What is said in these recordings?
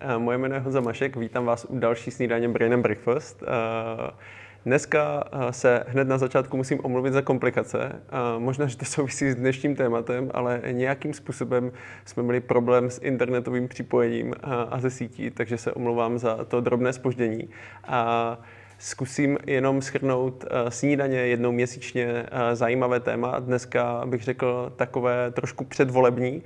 Moje jméno je Honza Mašek, vítám vás u další snídaně Brain and Breakfast. Dneska se hned na začátku musím omluvit za komplikace. Možná, že to souvisí s dnešním tématem, ale nějakým způsobem jsme měli problém s internetovým připojením a ze sítí, takže se omlouvám za to drobné zpoždění. Zkusím jenom shrnout snídaně jednou měsíčně zajímavé téma. Dneska bych řekl takové trošku předvolební.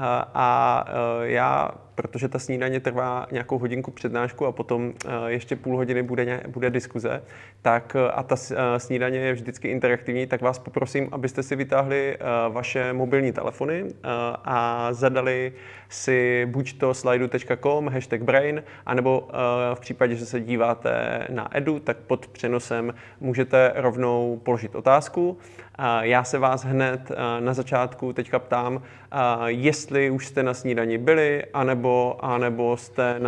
Já, protože ta snídaně trvá nějakou hodinku přednášku a potom ještě půl hodiny bude diskuze, tak a ta snídaně je vždycky interaktivní, tak vás poprosím, abyste si vytáhli vaše mobilní telefony a zadali si buď to slido.com, #brain, anebo v případě, že se díváte na Edu, tak pod přenosem můžete rovnou položit otázku. Já se vás hned na začátku teďka ptám, jestli už jste na snídani byli, anebo jste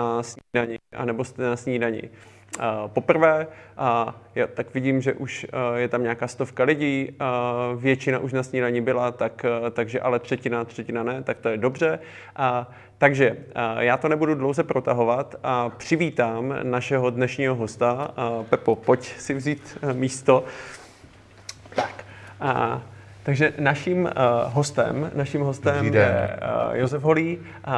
na snídani poprvé. Tak vidím, že už je tam nějaká 100 lidí, většina už na snídani byla, takže ale třetina ne, tak to je dobře. Takže já to nebudu dlouze protahovat a přivítám našeho dnešního hosta. Pepo, pojď si vzít místo. Tak. Takže naším hostem je Josef Holý.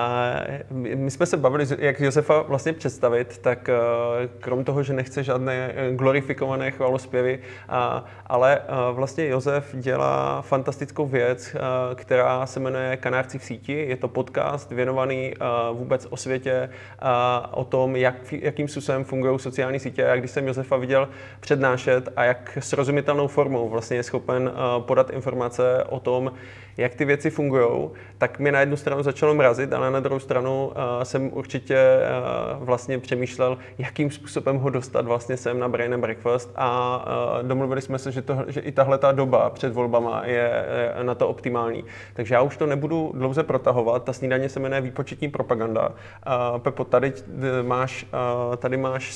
My jsme se bavili, jak Josefa vlastně představit, tak krom toho, že nechce žádné glorifikované chvalospěvy, ale vlastně Josef dělá fantastickou věc, která se jmenuje Kanárci v síti. Je to podcast věnovaný vůbec o světě, o tom, jakým způsobem fungují sociální sítě. A když jsem Josefa viděl přednášet a jak srozumitelnou formou vlastně je schopen podat informace o tom, jak ty věci fungují, tak mě na jednu stranu začalo mrazit, ale na druhou stranu jsem určitě vlastně přemýšlel, jakým způsobem ho dostat vlastně sem na Brain and Breakfast a domluvili jsme se, že i tahleta doba před volbama je na to optimální. Takže já už to nebudu dlouze protahovat, ta snídaně se jmenuje Výpočetní propaganda. Pepo, tady máš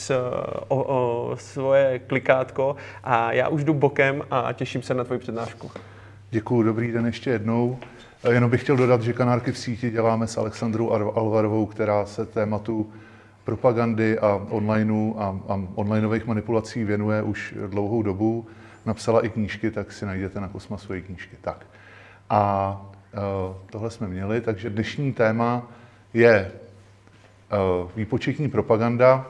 svoje klikátko a já už jdu bokem a těším se na tvoji přednášku. Děkuju, dobrý den ještě jednou. Jenom bych chtěl dodat, že Kanárky v síti děláme s Alexandrou Alvarovou, která se tématu propagandy a onlineových manipulací věnuje už dlouhou dobu. Napsala i knížky, tak si najděte na Kosma svoje knížky. Tak. A tohle jsme měli, takže dnešní téma je výpočetní propaganda.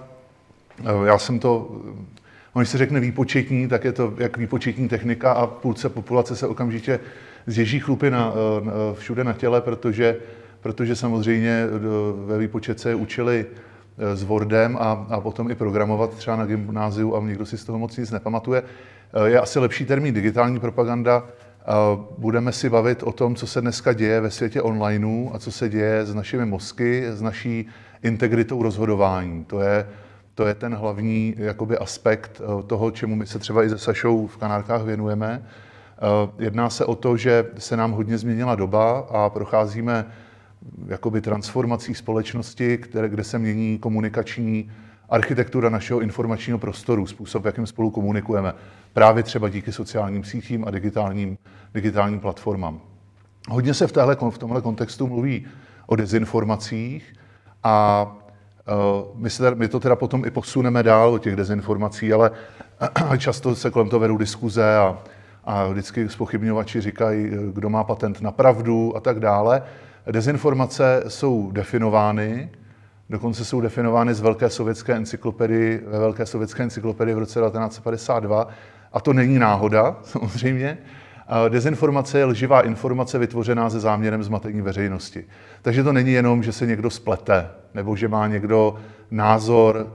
Když se řekne výpočetní, tak je to jak výpočetní technika a půlce populace se okamžitě zježí chlupy všude na těle, protože samozřejmě ve výpočetce učili s Wordem a potom i programovat třeba na gymnáziu a někdo si z toho moc nic nepamatuje. Je asi lepší termín digitální propaganda. Budeme si bavit o tom, co se dneska děje ve světě onlineu a co se děje s našimi mozky, s naší integritou rozhodování. To je ten hlavní jakoby aspekt toho, čemu my se třeba i se Sašou v Kanárkách věnujeme. Jedná se o to, že se nám hodně změnila doba a procházíme jakoby transformací společnosti, kde se mění komunikační architektura našeho informačního prostoru, způsob, jakým spolu komunikujeme. Právě třeba díky sociálním sítím a digitálním platformám. Hodně se v tomhle kontextu mluví o dezinformacích a my to teda potom i posuneme dál o těch dezinformací, ale často se kolem toho vedou diskuze a vždycky zpochybňovači říkají, kdo má patent na pravdu a tak dále. Dezinformace jsou definovány, dokonce jsou definovány ve Velké sovětské encyklopedii v roce 1952 a to není náhoda, samozřejmě. Dezinformace je lživá informace vytvořená se záměrem zmatení veřejnosti. Takže to není jenom, že se někdo splete, nebo že má někdo názor,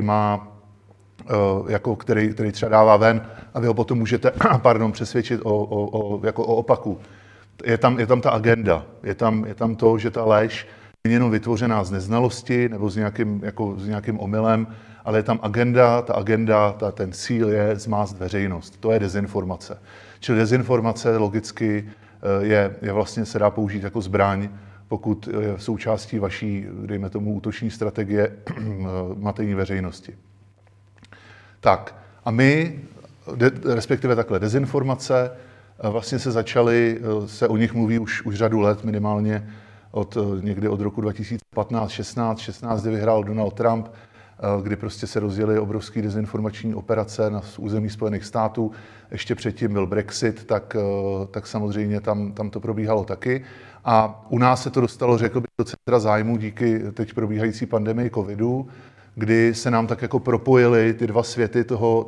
který třeba dává ven a vy ho potom můžete přesvědčit o opaku. Je tam ta agenda, je tam to, že ta lež není jenom vytvořená z neznalosti nebo s nějakým omylem, ale je tam agenda, ten cíl je zmást veřejnost. To je dezinformace. Čili dezinformace logicky je vlastně se dá použít jako zbraň, pokud je součástí vaší, dejme tomu, útoční strategie matení veřejnosti. Tak a my, respektive takhle, dezinformace, vlastně se o nich mluví už řadu let, minimálně někdy od roku 2015-16, kdy vyhrál Donald Trump, kdy prostě se rozjely obrovské dezinformační operace na území Spojených států. Ještě předtím byl Brexit, tak samozřejmě tam to probíhalo taky. A u nás se to dostalo, řekl bych, do centra zájmu díky teď probíhající pandemii covidu, kdy se nám tak jako propojily ty dva světy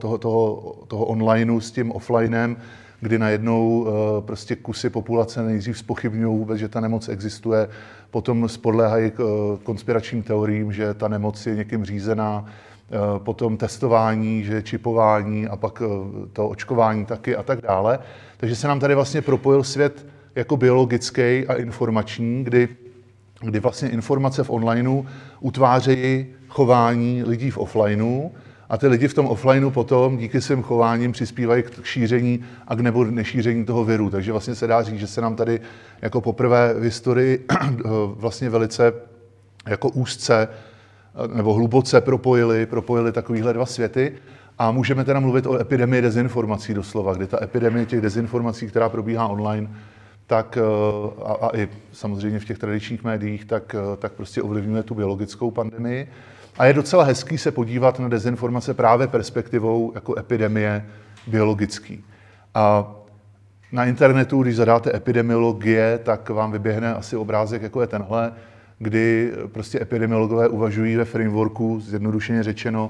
toho onlineu s tím offlinem, kdy najednou prostě kusy populace nejdřív zpochybňují vůbec, že ta nemoc existuje, potom podléhají konspiračním teoriím, že ta nemoc je někým řízená, potom testování, že je čipování a pak to očkování taky a tak dále. Takže se nám tady vlastně propojil svět jako biologický a informační, kdy vlastně informace v onlineu utvářejí chování lidí v offlineu a ty lidi v tom offlineu potom díky svým chováním přispívají k šíření a k nebo nešíření toho viru. Takže vlastně se dá říct, že se nám tady jako poprvé v historii vlastně velice jako úzce nebo hluboce propojili takovýhle dva světy. A můžeme teda mluvit o epidemii dezinformací doslova, kdy ta epidemie těch dezinformací, která probíhá online, tak a i samozřejmě v těch tradičních médiích, tak prostě ovlivňuje tu biologickou pandemii. A je docela hezký se podívat na dezinformace právě perspektivou jako epidemie biologický. A na internetu, když zadáte epidemiologie, tak vám vyběhne asi obrázek, jako je tenhle, kdy prostě epidemiologové uvažují ve frameworku, zjednodušeně řečeno,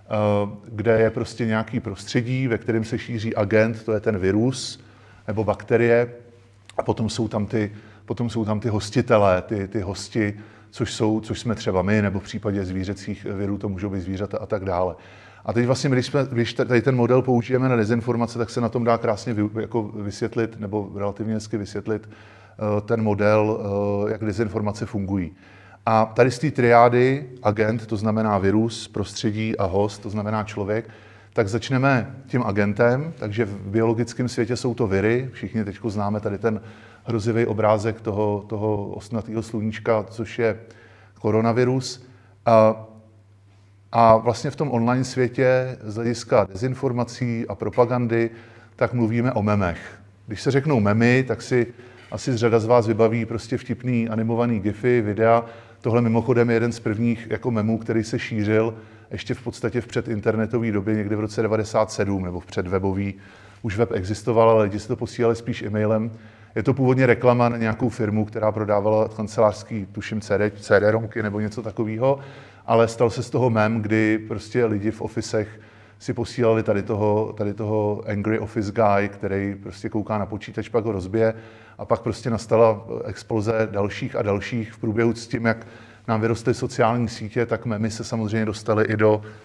kde je prostě nějaký prostředí, ve kterém se šíří agent, to je ten virus nebo bakterie, a potom jsou tam ty hostitelé, ty hosti, což jsme třeba my, nebo v případě zvířecích virů to můžou být zvířata a tak dále. A teď vlastně, když tady ten model použijeme na dezinformace, tak se na tom dá krásně jako vysvětlit, nebo relativně hezky vysvětlit ten model, jak dezinformace fungují. A tady z té triády agent, to znamená virus, prostředí a host, to znamená člověk, tak začneme tím agentem, takže v biologickém světě jsou to viry, všichni teď známe tady ten hrozivý obrázek toho ostnatého sluníčka, což je koronavirus. A vlastně v tom online světě z hlediska dezinformací a propagandy, tak mluvíme o memech. Když se řeknou memy, tak si asi řada z vás vybaví prostě vtipný animovaný gify, videa. Tohle mimochodem je jeden z prvních jako memů, který se šířil ještě v podstatě v předinternetové době, někdy v roce 1997 nebo v předwebový. Už web existoval, ale lidi si to posílali spíš e-mailem. Je to původně reklama na nějakou firmu, která prodávala kancelářský, tuším, CD-romky nebo něco takového, ale stal se z toho mem, kdy prostě lidi v officech si posílali tady toho angry office guy, který prostě kouká na počítač, pak ho rozbije a pak prostě nastala exploze dalších a dalších v průběhu s tím, jak nám vyrostly sociální sítě, tak memy se samozřejmě dostaly i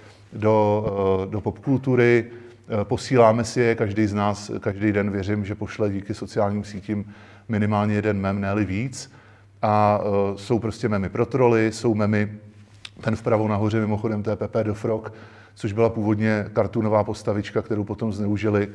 do popkultury. Posíláme si je, každý z nás, každý den věřím, že pošle díky sociálním sítím minimálně jeden mem, ne-li víc. A jsou prostě memy pro troly, jsou memy, ten vpravo nahoře mimochodem, to je Pepe the Frog, což byla původně kartunová postavička, kterou potom zneužili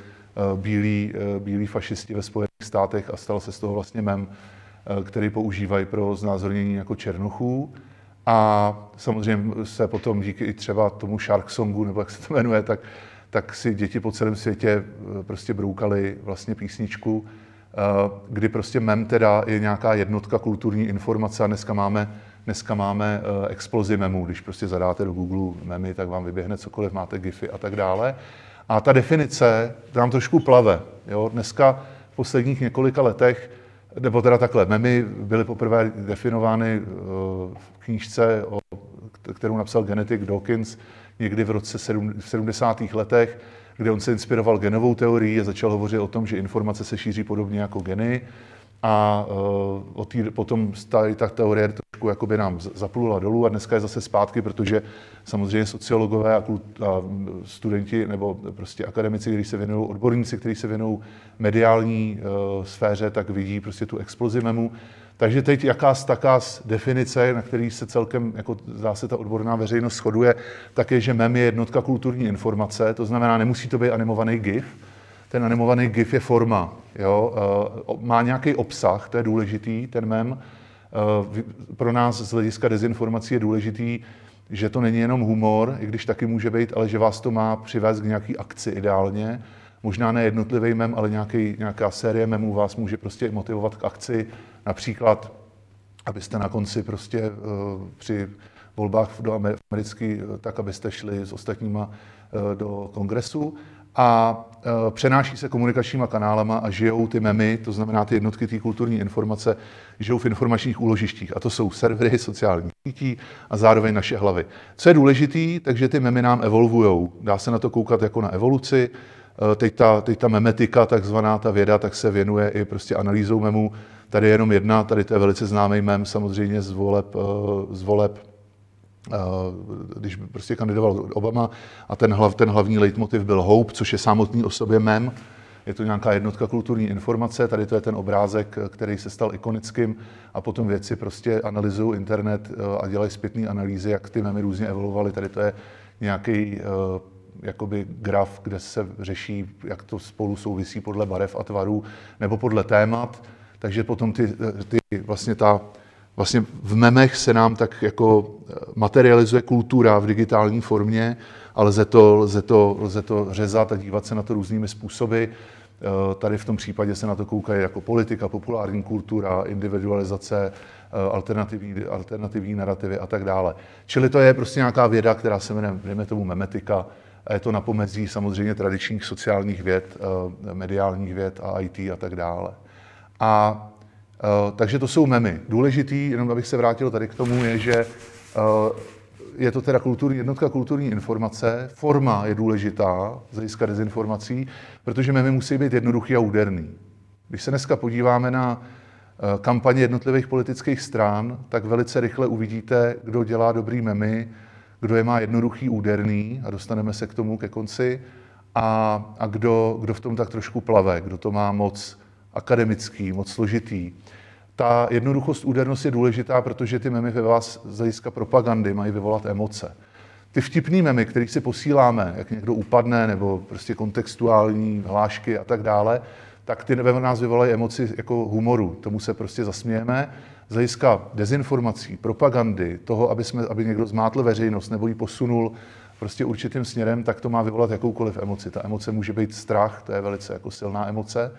bílí fašisti ve Spojených státech a stal se z toho vlastně mem, který používají pro znázornění jako černochů. A samozřejmě se potom díky i třeba tomu Shark Songu, nebo jak se to jmenuje, tak si děti po celém světě prostě broukali vlastně písničku, kdy prostě mem teda je nějaká jednotka kulturní informace a dneska máme explozi memů. Když prostě zadáte do Google memy, tak vám vyběhne cokoliv, máte gify a tak dále. A ta definice nám trošku plave. Jo? Dneska v posledních několika letech, nebo teda takhle, memy byly poprvé definovány v knížce, kterou napsal genetik Dawkins někdy v roce 70. letech, kde on se inspiroval genovou teorií a začal hovořit o tom, že informace se šíří podobně jako geny. A potom ta teorie trošku jakoby nám zaplula dolů a dneska je zase zpátky, protože samozřejmě sociologové a studenti nebo prostě akademici, kteří se věnují, odborníci, kteří se věnují mediální sféře, tak vidí prostě tu explozi memů. Takže teď taká definice, na který se celkem, jako zdá se ta odborná veřejnost shoduje, tak je, že mem je jednotka kulturní informace, to znamená, nemusí to být animovaný GIF. Ten animovaný GIF je forma, jo? Má nějaký obsah, to je důležitý, ten mem. Pro nás z hlediska dezinformací je důležitý, že to není jenom humor, i když taky může být, ale že vás to má přivést k nějaký akci ideálně. Možná ne jednotlivý mem, ale nějaká série memů vás může prostě motivovat k akci. Například abyste na konci prostě při volbách do americký, tak abyste šli s ostatníma do kongresu. A přenáší se komunikačníma kanálama a žijou ty memy, to znamená ty jednotky té kulturní informace, žijou v informačních úložištích. A to jsou servery sociálních sítí a zároveň naše hlavy. Co je důležitý, takže ty memy nám evolvujou. Dá se na to koukat jako na evoluci. Teď ta memetika, takzvaná ta věda, tak se věnuje i prostě analýzou memů. Tady je jenom jedna, tady to je velice známý mem, samozřejmě z voleb, když prostě kandidoval Obama a ten hlavní leitmotiv byl hope, což je samotný o sobě mem. Je to nějaká jednotka kulturní informace, tady to je ten obrázek, který se stal ikonickým a potom vědci prostě analyzují internet a dělají zpětné analýzy, jak ty memy různě evoluovaly. Tady to je nějaký jakoby graf, kde se řeší, jak to spolu souvisí podle barev a tvarů nebo podle témat. Takže potom vlastně v memech se nám tak jako materializuje kultura v digitální formě, ale lze to řezat a dívat se na to různými způsoby. Tady v tom případě se na to koukají jako politika, populární kultura, individualizace, alternativní narrativy a tak dále. Čili to je prostě nějaká věda, která se jmenuje, dejme tomu, memetika, a je to na pomezí samozřejmě tradičních sociálních věd, mediálních věd a IT a tak dále. Takže to jsou memy. Důležitý, jenom abych se vrátil tady k tomu, je, že je to teda jednotka kulturní informace, forma je důležitá z hlediska dezinformací, protože memy musí být jednoduchý a úderný. Když se dneska podíváme na kampaně jednotlivých politických stran, tak velice rychle uvidíte, kdo dělá dobrý memy, kdo je má jednoduchý, úderný, a dostaneme se k tomu ke konci, a kdo v tom tak trošku plave, kdo to má moc akademický, moc složitý. Ta jednoduchost, údernost je důležitá, protože ty memy ve vás z hlediska propagandy mají vyvolat emoce. Ty vtipný memy, který si posíláme, jak někdo upadne, nebo prostě kontextuální hlášky a tak dále, tak ty ve nás vyvolají emoci jako humoru. Tomu se prostě zasmějeme. Z hlediska dezinformací, propagandy, toho, aby někdo zmátl veřejnost nebo ji posunul prostě určitým směrem, tak to má vyvolat jakoukoliv emoci. Ta emoce může být strach, to je velice jako silná emoce.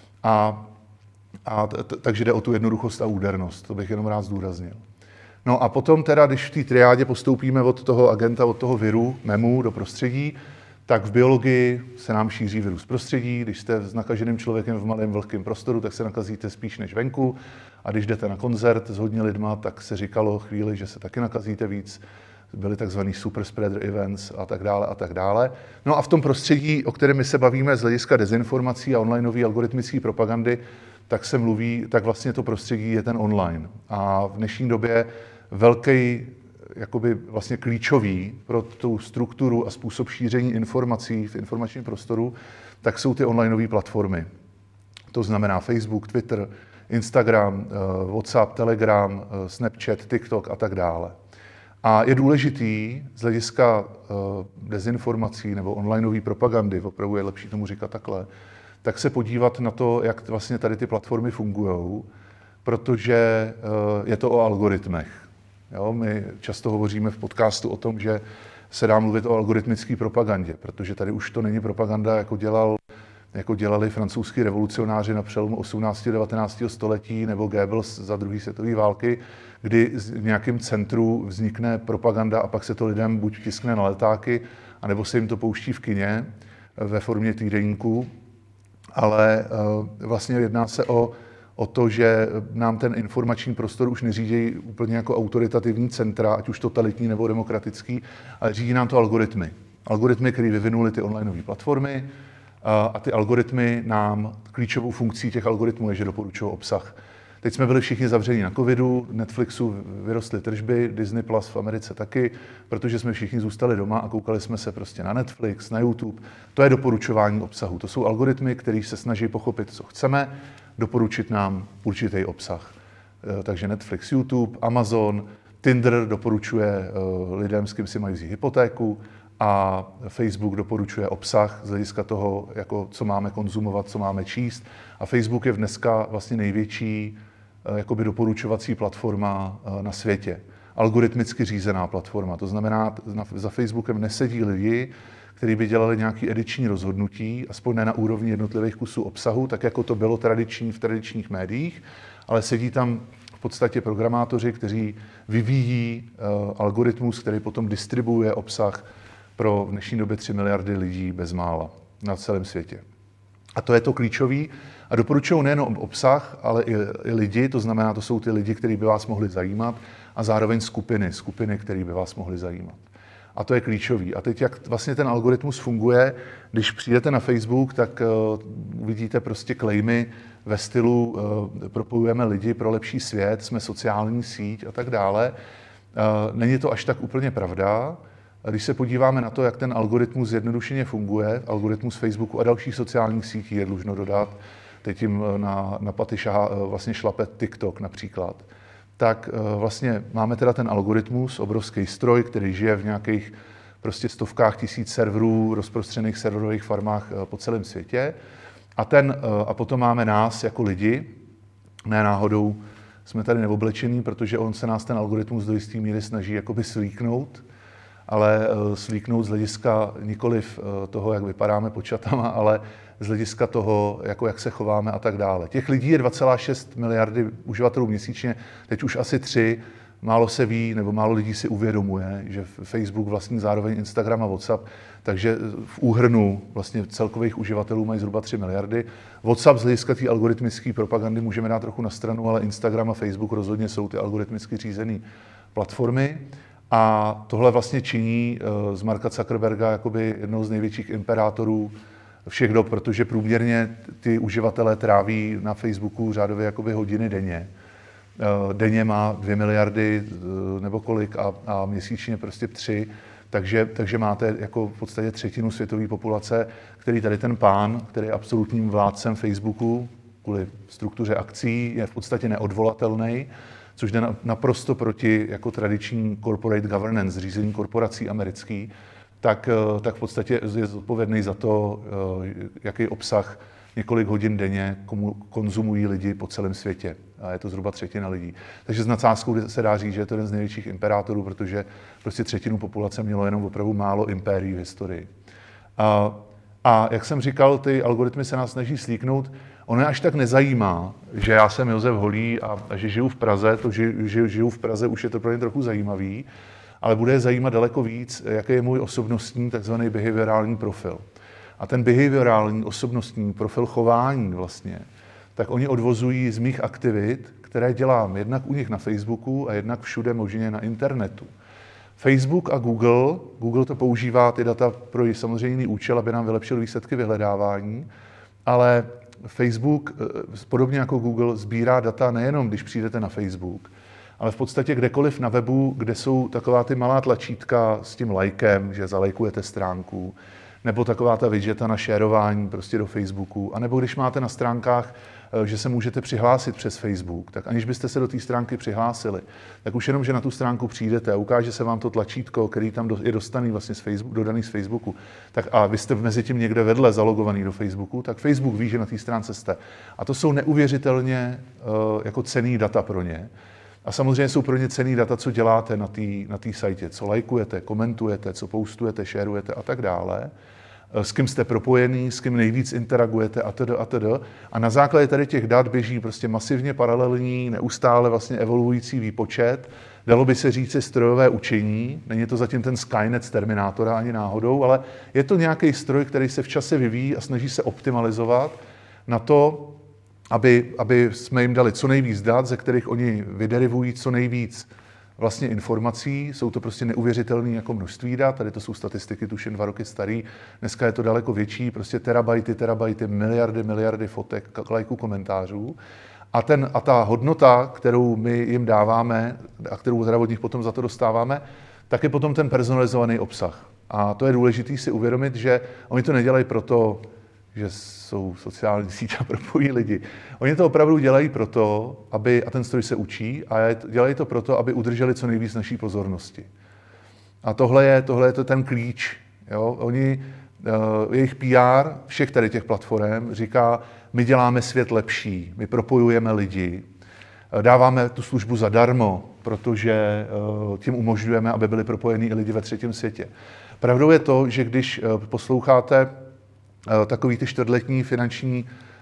Takže jde o tu jednoduchost a údernost, to bych jenom rád zdůraznil. No a potom teda, když v té triádě postoupíme od toho agenta, od toho viru, memu do prostředí, tak v biologii se nám šíří virus prostředí. Když jste s nakaženým člověkem v malém vlhkém prostoru, tak se nakazíte spíš než venku. A když jdete na koncert s hodně lidma, tak se říkalo chvíli, že se taky nakazíte víc. Byly takzvaný super spreader events a tak dále a tak dále. No a v tom prostředí, o kterém my se bavíme z hlediska dezinformací a onlineové algoritmické propagandy, tak vlastně to prostředí je ten online. A v dnešní době velký, jakoby vlastně klíčový pro tu strukturu a způsob šíření informací v informačním prostoru, tak jsou ty onlineové platformy. To znamená Facebook, Twitter, Instagram, WhatsApp, Telegram, Snapchat, TikTok a tak dále. A je důležitý z hlediska dezinformací nebo onlineové propagandy, opravdu je lepší tomu říkat takhle, tak se podívat na to, jak vlastně tady ty platformy fungují, protože je to o algoritmech. Jo, my často hovoříme v podcastu o tom, že se dá mluvit o algoritmické propagandě, protože tady už to není propaganda, jako dělali francouzský revolucionáři na přelomu 18. a 19. století nebo Goebbels za druhé světové války, kdy v nějakém centru vznikne propaganda a pak se to lidem buď tiskne na letáky, anebo se jim to pouští v kině ve formě týdeníků. Ale vlastně jedná se o to, že nám ten informační prostor už neřídí úplně jako autoritativní centra, ať už totalitní nebo demokratický, ale řídí nám to algoritmy. Algoritmy, které vyvinuly ty onlineové platformy, a ty algoritmy klíčovou funkcí těch algoritmů je, že doporučují obsah. Teď jsme byli všichni zavření na covidu, Netflixu vyrostly tržby, Disney Plus v Americe taky, protože jsme všichni zůstali doma a koukali jsme se prostě na Netflix, na YouTube. To je doporučování obsahu. To jsou algoritmy, které se snaží pochopit, co chceme, doporučit nám určitý obsah. Takže Netflix, YouTube, Amazon, Tinder doporučuje lidem, s kým si mají vzít hypotéku, a Facebook doporučuje obsah z hlediska toho, jako co máme konzumovat, co máme číst. A Facebook je dneska vlastně největší jakoby doporučovací platforma na světě. Algoritmicky řízená platforma. To znamená, za Facebookem nesedí lidi, kteří by dělali nějaké ediční rozhodnutí, aspoň ne na úrovni jednotlivých kusů obsahu, tak jako to bylo v tradičních médiích, ale sedí tam v podstatě programátoři, kteří vyvíjí algoritmus, který potom distribuuje obsah pro v dnešní době 3 miliardy lidí bezmála na celém světě. A to je to klíčový. A doporučují nejenom obsah, ale i lidi, to znamená, to jsou ty lidi, kteří by vás mohli zajímat, a zároveň skupiny, které by vás mohly zajímat. A to je klíčový. A teď, jak vlastně ten algoritmus funguje, když přijdete na Facebook, tak uvidíte prostě claimy ve stylu propojujeme lidi pro lepší svět, jsme sociální síť a tak dále. Není to až tak úplně pravda. Když se podíváme na to, jak ten algoritmus zjednodušeně funguje, algoritmus Facebooku a dalších sociálních sítí je dlužno dodat, teď jim na paty vlastně šlape TikTok například, tak vlastně máme teda ten algoritmus, obrovský stroj, který žije v nějakých prostě stovkách tisíc serverů, rozprostřených serverových farmách po celém světě. A potom máme nás jako lidi, ne náhodou jsme tady neoblečení, protože on se nás ten algoritmus do jisté míry snaží jakoby slíknout, ale slíknout z hlediska nikoliv toho, jak vypadáme pod čatama, ale z hlediska toho, jako jak se chováme a tak dále. Těch lidí je 2,6 miliardy uživatelů měsíčně, teď už asi 3. Málo se ví, nebo málo lidí si uvědomuje, že Facebook vlastní zároveň Instagram a WhatsApp, takže v úhrnu vlastně celkových uživatelů mají zhruba 3 miliardy. WhatsApp z hlediska té algoritmické propagandy můžeme dát trochu na stranu, ale Instagram a Facebook rozhodně jsou ty algoritmicky řízené platformy. A tohle vlastně činí z Marka Zuckerberga jakoby jednou z největších imperátorů všech dob, protože průměrně ty uživatelé tráví na Facebooku řádově jakoby hodiny denně. Denně má 2 miliardy nebo kolik a měsíčně prostě 3, takže máte jako v podstatě 1/3 světové populace, který tady ten pán, který je absolutním vládcem Facebooku, kvůli struktuře akcí, je v podstatě neodvolatelný, což jde naprosto proti jako tradiční corporate governance, řízení korporací americký, tak v podstatě je zodpovědný za to, jaký obsah několik hodin denně konzumují lidi po celém světě. A je to zhruba 1/3 lidí. Takže s nadsázkou se dá říct, že je to jeden z největších imperátorů, protože prostě 1/3 populace mělo jenom opravdu málo impérií v historii. A jak jsem říkal, ty algoritmy se nás snaží slíknout. Ono až tak nezajímá, že já jsem Josef Holý a že žiju v Praze, to, že žiju v Praze, už je to pro ně trochu zajímavý, ale bude je zajímat daleko víc, jaký je můj osobnostní, takzvaný behaviorální profil. A ten behaviorální osobnostní profil chování vlastně, tak oni odvozují z mých aktivit, které dělám jednak u nich na Facebooku a jednak všude možně na internetu. Facebook a Google to používá ty data pro samozřejmě jiný účel, aby nám vylepšil výsledky vyhledávání, ale Facebook, podobně jako Google, sbírá data nejenom, když přijdete na Facebook, ale v podstatě kdekoliv na webu, kde jsou taková ty malá tlačítka s tím lajkem, že zalajkujete stránku, nebo taková ta widgeta na šérování prostě do Facebooku, anebo když máte na stránkách, že se můžete přihlásit přes Facebook, tak aniž byste se do té stránky přihlásili, tak už jenom, že na tu stránku přijdete a ukáže se vám to tlačítko, který tam je dostaný vlastně dodaný z Facebooku, tak a vy jste mezi tím někde vedle zalogovaný do Facebooku, tak Facebook ví, že na té stránce jste. A to jsou neuvěřitelně jako cenný data pro ně. A samozřejmě jsou pro ně cenný data, co děláte na té sajtě, co lajkujete, komentujete, co postujete, šerujete a tak dále, s kým jste propojený, s kým nejvíc interagujete atd. A na základě tady těch dat běží prostě masivně paralelní, neustále vlastně evoluující výpočet. Dalo by se říct strojové učení, není to zatím ten Skynet z Terminátora ani náhodou, ale je to nějaký stroj, který se v čase vyvíjí a snaží se optimalizovat na to, aby jsme jim dali co nejvíc dat, ze kterých oni vyderivují co nejvíc vlastně informací. Jsou to prostě neuvěřitelné jako množství dat. Tady to jsou statistiky tuším 2 roky starý. Dneska je to daleko větší, prostě terabajty, miliardy fotek, lajků, komentářů. A ta hodnota, kterou my jim dáváme a kterou teda od nich potom za to dostáváme, tak je potom ten personalizovaný obsah. A to je důležité si uvědomit, že oni to nedělají proto, že jsou sociální sítě a propojí lidi. Oni to opravdu dělají proto, a ten stroj se učí, a dělají to proto, aby udrželi co nejvíc naší pozornosti. A tohle je to ten klíč. Jo? Jejich PR všech tady těch platform říká, my děláme svět lepší, my propojujeme lidi, dáváme tu službu zadarmo, protože tím umožňujeme, aby byli propojení i lidi ve třetím světě. Pravdou je to, že když posloucháte takový ty čtvrtletní finanční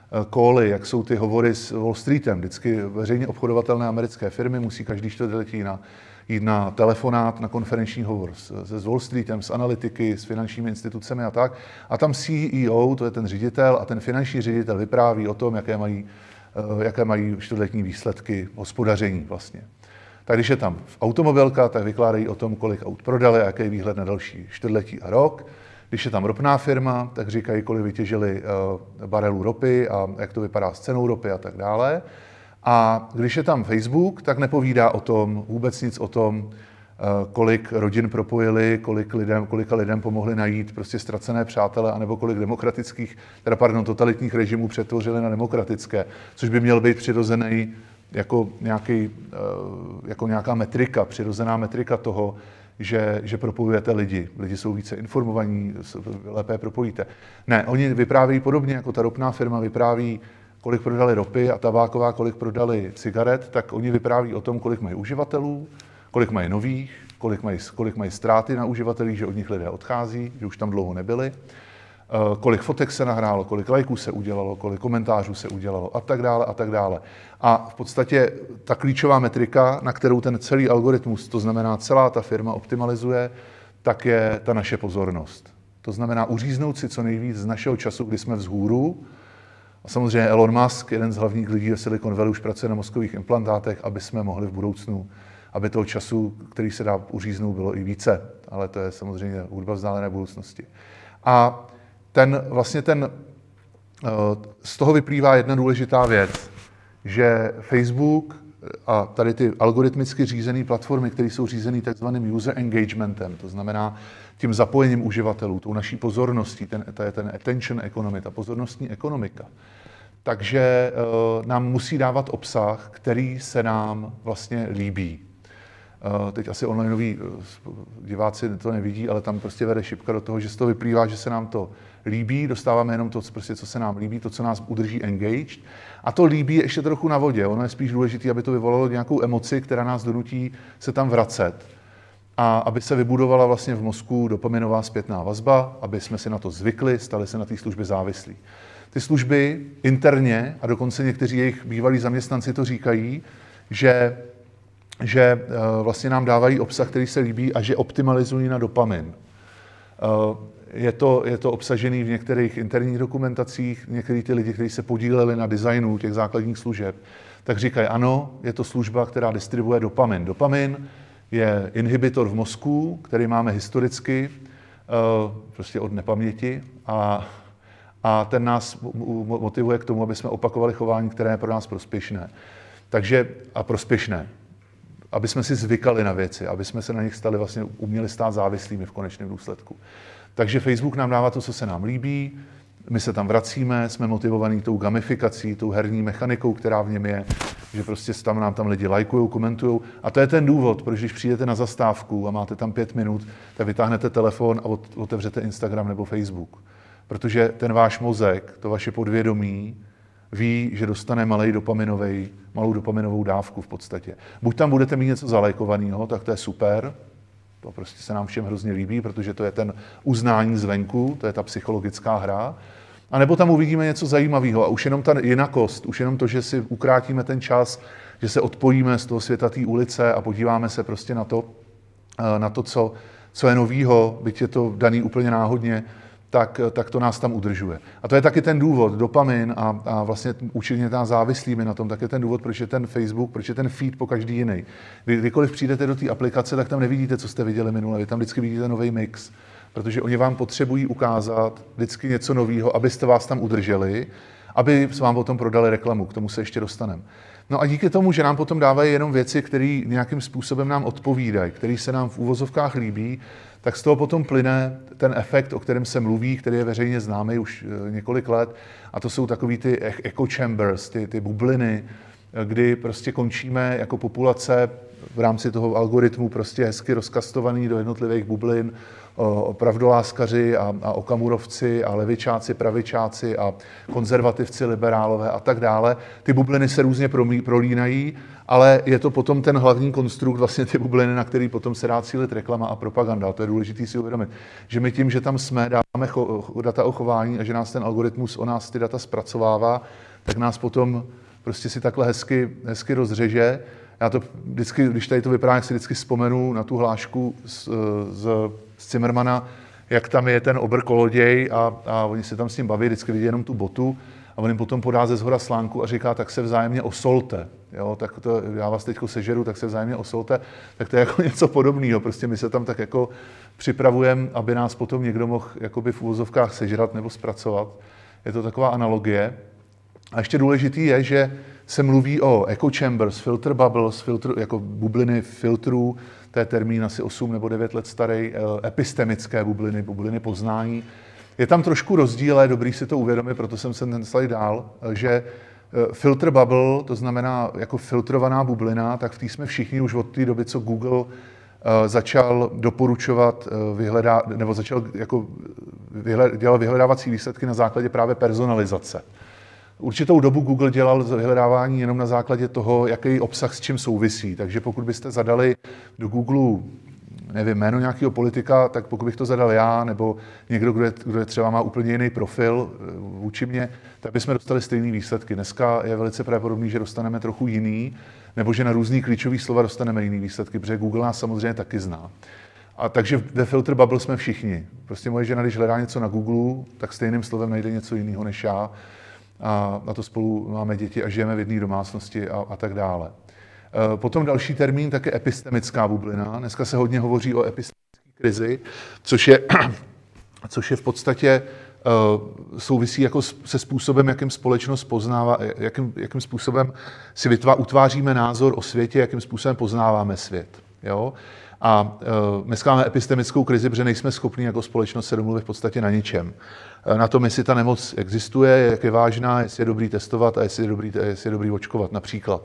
cally, jak jsou ty hovory s Wall Streetem. Vždycky veřejně obchodovatelné americké firmy musí každý čtvrtletí jít na telefonát, na konferenční hovor s Wall Streetem, s analytiky, s finančními institucemi a tak. A tam CEO, to je ten ředitel, a ten finanční ředitel vypráví o tom, jaké mají čtvrtletní výsledky hospodaření vlastně. Tak když je tam automobilka, tak vykládají o tom, kolik aut prodali a jaký je výhled na další čtvrtletí a rok. Když je tam ropná firma, tak říkají, kolik vytěžili barelů ropy a jak to vypadá s cenou ropy a tak dále. A když je tam Facebook, tak nepovídá o tom, vůbec nic o tom, kolik rodin propojili, kolika lidem pomohli najít prostě ztracené přátele, anebo kolik totalitních režimů přetvořili na demokratické, což by měl být přirozený jako nějaká metrika, přirozená metrika toho, že propojujete lidi. Lidi jsou více informovaní, lépe propojíte. Ne, oni vyprávějí podobně, jako ta ropná firma vypráví, kolik prodali ropy a tabáková, kolik prodali cigaret, tak oni vypráví o tom, kolik mají uživatelů, kolik mají nových, kolik mají ztráty na uživatelích, že od nich lidé odchází, že už tam dlouho nebyli, kolik fotek se nahrálo, kolik lajků se udělalo, kolik komentářů se udělalo a tak dále a tak dále. A v podstatě ta klíčová metrika, na kterou ten celý algoritmus, to znamená celá ta firma optimalizuje, tak je ta naše pozornost. To znamená uříznout si co nejvíc z našeho času, kdy jsme vzhůru. A samozřejmě Elon Musk, jeden z hlavních lidí ve Silicon Valley, už pracuje na mozkových implantátech, aby jsme mohli v budoucnu, aby toho času, který se dá uříznout, bylo i více. Ale to je samozřejmě hudba vzdálené budoucnosti. A z toho vyplývá jedna důležitá věc, že Facebook a tady ty algoritmicky řízené platformy, které jsou řízené takzvaným user engagementem, to znamená tím zapojením uživatelů, tou naší pozorností, to je ten attention economy, ta pozornostní ekonomika. Takže nám musí dávat obsah, který se nám vlastně líbí. Teď asi onlineoví diváci to nevidí, ale tam prostě vede šipka do toho, že z toho vyplývá, že se nám to líbí, dostáváme jenom to, prostě, co se nám líbí, to, co nás udrží engaged. A to líbí je ještě trochu na vodě. Ono je spíš důležité, aby to vyvolalo nějakou emoci, která nás donutí se tam vracet. A aby se vybudovala vlastně v mozku dopaminová zpětná vazba, aby jsme si na to zvykli, stali se na té služby závislí. Ty služby interně, a dokonce někteří jejich bývalí zaměstnanci to říkají, že vlastně nám dávají obsah, který se líbí a že optimalizují na dopamin. Je to obsažený v některých interních dokumentacích, některý ty lidi, kteří se podíleli na designu těch základních služeb, tak říkají, ano, je to služba, která distribuuje dopamin. Dopamin je inhibitor v mozku, který máme historicky, prostě od nepaměti a ten nás motivuje k tomu, aby jsme opakovali chování, které je pro nás prospěšné. Aby jsme si zvykali na věci, aby jsme se na nich uměli stát závislými v konečném důsledku. Takže Facebook nám dává to, co se nám líbí, my se tam vracíme, jsme motivovaní tou gamifikací, tou herní mechanikou, která v něm je, že prostě nám tam lidi lajkujou, komentujou. A to je ten důvod, proč když přijdete na zastávku a máte tam 5 minut, tak vytáhnete telefon a otevřete Instagram nebo Facebook. Protože ten váš mozek, to vaše podvědomí, ví, že dostane malou dopaminovou dávku v podstatě. Buď tam budete mít něco zalajkovaného, tak to je super, to prostě se nám všem hrozně líbí, protože to je ten uznání zvenku, to je ta psychologická hra, a nebo tam uvidíme něco zajímavého a už jenom ta jinakost, už jenom to, že si ukrátíme ten čas, že se odpojíme z toho světa té ulice a podíváme se prostě na to, co je novýho, byť je to daný úplně náhodně, tak to nás tam udržuje. A to je taky ten důvod, dopamin a vlastně účinně nás závislíme na tom, tak je ten důvod, proč je ten Facebook, proč je ten feed po každý jiný. Kdykoliv přijdete do té aplikace, tak tam nevidíte, co jste viděli minule, vy tam vždycky vidíte nový mix, protože oni vám potřebují ukázat vždycky něco nového, abyste vás tam udrželi, aby vám potom prodali reklamu, k tomu se ještě dostaneme. No a díky tomu, že nám potom dávají jenom věci, které nějakým způsobem nám odpovídají, které se nám v úvozovkách líbí, tak z toho potom plyne ten efekt, o kterém se mluví, který je veřejně známý už několik let, a to jsou takový ty echo chambers, ty bubliny, kdy prostě končíme jako populace v rámci toho algoritmu prostě hezky rozkastovaný do jednotlivých bublin, pravdoláskaři a okamurovci a levičáci, pravičáci a konzervativci, liberálové a tak dále. Ty bubliny se různě prolínají, ale je to potom ten hlavní konstrukt, vlastně ty bubliny, na který potom se dá cílit reklama a propaganda. To je důležité si uvědomit, že my tím, že tam jsme, dáme data o chování a že nás ten algoritmus o nás ty data zpracovává, tak nás potom prostě si takhle hezky rozřeže. Já to vždycky, když tady to vypadá, jak si vždycky vzpomenu na tu hlášku z Zimmermana, jak tam je ten obrkoloděj a oni se tam s ním baví, vždycky vidí jenom tu botu a on jim potom podá ze zhora slánku a říká, tak se vzájemně osolte. Jo, tak to, já vás teďko sežeru, tak se vzájemně osolte. Tak to je jako něco podobného. Prostě my se tam tak jako připravujeme, aby nás potom někdo mohl jakoby v uvozovkách sežrat nebo zpracovat. Je to taková analogie. A ještě důležitý je, že se mluví o echo chambers, filter bubbles, jako bubliny filtrů, to je termín asi 8 nebo 9 let starý, epistemické bubliny poznání. Je tam trošku rozdíl, je dobrý si to uvědomit, proto jsem se ten slide dál, že filter bubble, to znamená jako filtrovaná bublina, tak v té jsme všichni už od té doby, co Google začal doporučovat, nebo začal jako dělat vyhledávací výsledky na základě právě personalizace. Určitou dobu Google dělal vyhledávání jenom na základě toho, jaký obsah s čím souvisí. Takže pokud byste zadali do Google, nevím, jméno nějakého politika, tak pokud bych to zadal já, nebo někdo, kdo třeba má úplně jiný profil vůči mně, tak bychom dostali stejné výsledky. Dneska je velice pravděpodobný, že dostaneme trochu jiný, nebo že na různý klíčový slova dostaneme jiný výsledky, protože Google nás samozřejmě taky zná. A takže ve filter bubble jsme všichni. Prostě moje žena, když hledá něco na Google, tak stejným slovem najde něco jiného než já. A na to spolu máme děti a žijeme v jedné domácnosti a tak dále. Potom další termín, tak je epistemická bublina. Dneska se hodně hovoří o epistemické krizi, což je v podstatě souvisí jako se způsobem, jakým společnost poznává, jakým způsobem si utváříme názor o světě, jakým způsobem poznáváme svět. Jo? A dneska máme epistemickou krizi, protože nejsme schopni jako společnost se domluvit v podstatě na ničem. Na tom, jestli ta nemoc existuje, jak je vážná, jestli je dobrý testovat a jestli je dobrý očkovat například.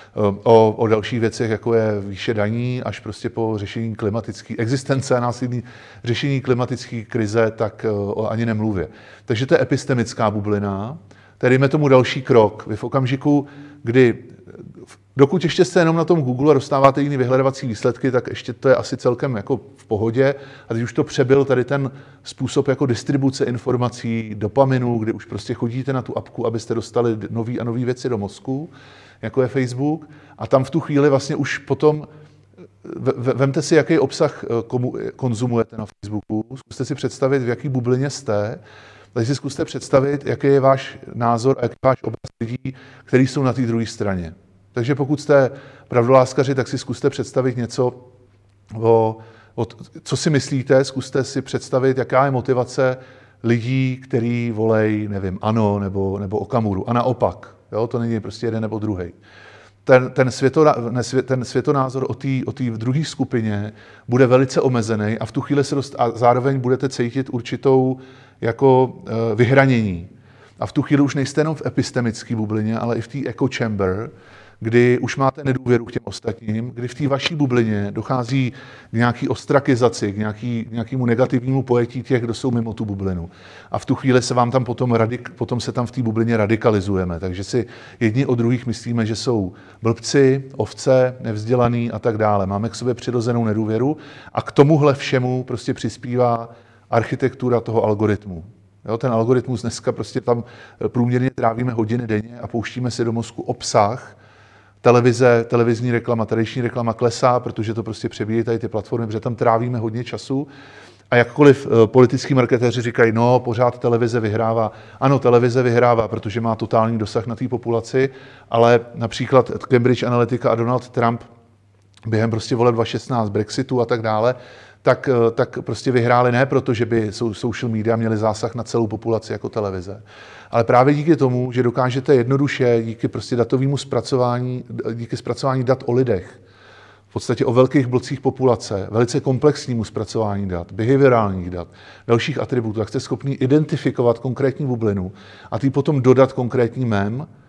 O dalších věcech, jako je výše daní, až prostě po řešení klimatické existence a následní řešení klimatické krize, tak ani nemluvě. Takže to je epistemická bublina. Tedy dejme tomu další krok. Vy v okamžiku, kdy dokud ještě jste jenom na tom Google a dostáváte jiný vyhledávací výsledky, tak ještě to je asi celkem jako v pohodě. A teď už to přebyl tady ten způsob jako distribuce informací, dopaminu, kdy už prostě chodíte na tu apku, abyste dostali nový a nový věci do mozku, jako je Facebook. A tam v tu chvíli vlastně už potom vemte si, jaký obsah konzumujete na Facebooku, zkuste si představit, v jaký bublině jste, takže si zkuste představit, jaký je váš názor a jaký je váš obraz lidí, kteří jsou na té druhé straně. Takže pokud jste pravdoláskaři, tak si zkuste představit něco, co si myslíte, zkuste si představit, jaká je motivace lidí, kteří volejí, nevím, ANO nebo Okamuru. A naopak, jo, to není prostě jeden nebo druhý. Ten světonázor o té druhé skupině bude velice omezený a v tu chvíli a zároveň budete cítit určitou jako vyhranění. A v tu chvíli už nejste jenom v epistemické bublině, ale i v té echo chamber, kdy už máte nedůvěru k těm ostatním, kdy v té vaší bublině dochází k nějaký ostrakizaci, k nějakému negativnímu pojetí těch, kdo jsou mimo tu bublinu. A v tu chvíli se vám tam potom se tam v té bublině radikalizujeme. Takže si jedni o druhých myslíme, že jsou blbci, ovce, nevzdělaný a tak dále. Máme k sobě přirozenou nedůvěru a k tomuhle všemu prostě přispívá architektura toho algoritmu. Jo, ten algoritmus dneska prostě tam průměrně trávíme hodiny denně a pouštíme si do mozku obsah, televizní reklama, tradiční reklama klesá, protože to prostě přebíjí tady ty platformy, protože tam trávíme hodně času. A jakkoliv politický marketéři říkají, no, pořád televize vyhrává. Ano, televize vyhrává, protože má totální dosah na té populaci, ale například Cambridge Analytica a Donald Trump během prostě voleb 2016, Brexitu a tak dále, tak prostě vyhráli ne proto, že by social media měli zásah na celou populaci jako televize. Ale právě díky tomu, že dokážete jednoduše, díky prostě datovému zpracování, díky zpracování dat o lidech, v podstatě o velkých blocích populace, velice komplexnímu zpracování dat, behaviorálních dat, dalších atributů, tak jste schopni identifikovat konkrétní bublinu a ty potom dodat konkrétní mem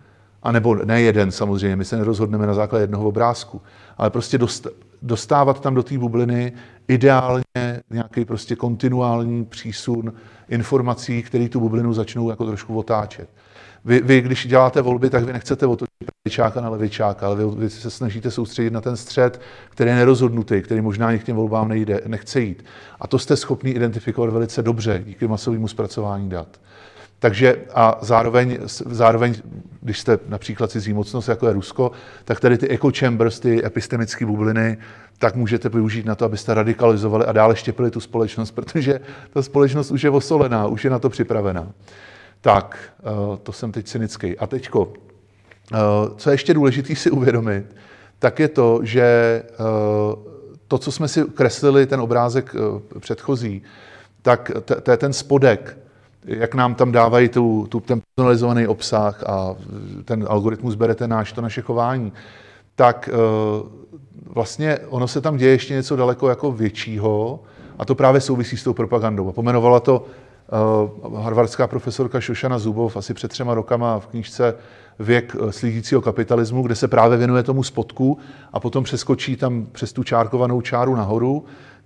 a nebo ne jeden samozřejmě, my se nerozhodneme na základě jednoho obrázku, ale prostě dostávat tam do té bubliny ideálně nějaký prostě kontinuální přísun informací, které tu bublinu začnou jako trošku otáčet. Vy, když děláte volby, tak vy nechcete otočit pravičáka na levičáka, ale vy se snažíte soustředit na ten střed, který je nerozhodnutý, který možná ani k těm volbám nechce jít. A to jste schopni identifikovat velice dobře díky masovému zpracování dat. Takže a zároveň, když jste například cizí mocnost, jako je Rusko, tak tady ty echo chambers, ty epistemické bubliny, tak můžete využít na to, abyste radikalizovali a dále štěpili tu společnost, protože ta společnost už je osolená, už je na to připravená. Tak, to jsem teď cynický. A teďko, co je ještě důležité si uvědomit, tak je to, že to, co jsme si kreslili, ten obrázek předchozí, tak to je ten spodek, jak nám tam dávají ten personalizovaný obsah a ten algoritmus bere to naše chování, tak vlastně ono se tam děje ještě něco daleko jako většího a to právě souvisí s tou propagandou. A pomenovala to harvardská profesorka Shoshana Zuboff asi před 3 rokama v knížce Věk slídícího kapitalismu, kde se právě věnuje tomu spodku a potom přeskočí tam přes tu čárkovanou čáru nahoru,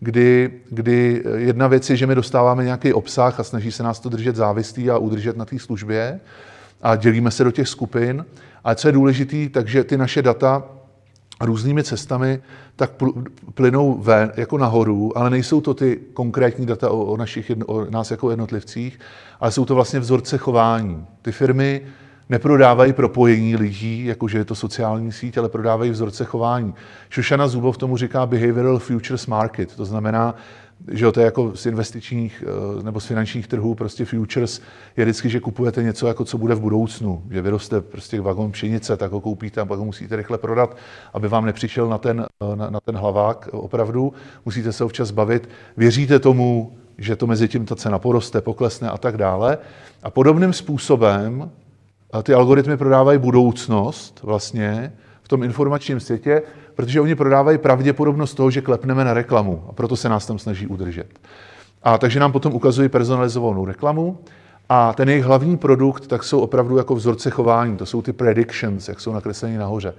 kdy jedna věc je, že my dostáváme nějaký obsah a snaží se nás to držet závistý a udržet na té službě a dělíme se do těch skupin. Ale co je důležité, takže ty naše data různými cestami tak plynou jako nahoru, ale nejsou to ty konkrétní data o nás jako jednotlivcích, ale jsou to vlastně vzorce chování. Ty firmy neprodávají propojení lidí, jakože je to sociální síť, ale prodávají vzorce chování. Shoshana Zuboff tomu říká behavioral futures market, to znamená, že to je jako z investičních nebo z finančních trhů, prostě futures je vždycky, že kupujete něco, jako co bude v budoucnu, že vyroste prostě vagon pšenice, tak ho koupíte a pak ho musíte rychle prodat, aby vám nepřišel na ten hlavák opravdu, musíte se občas bavit, věříte tomu, že to mezi tím ta cena poroste, poklesne a tak dále. A podobným způsobem ty algoritmy prodávají budoucnost vlastně v tom informačním světě, protože oni prodávají pravděpodobnost toho, že klepneme na reklamu a proto se nás tam snaží udržet. A takže nám potom ukazují personalizovanou reklamu a ten jejich hlavní produkt tak jsou opravdu jako vzorce chování, to jsou ty predictions, jak jsou nakresleny nahoře.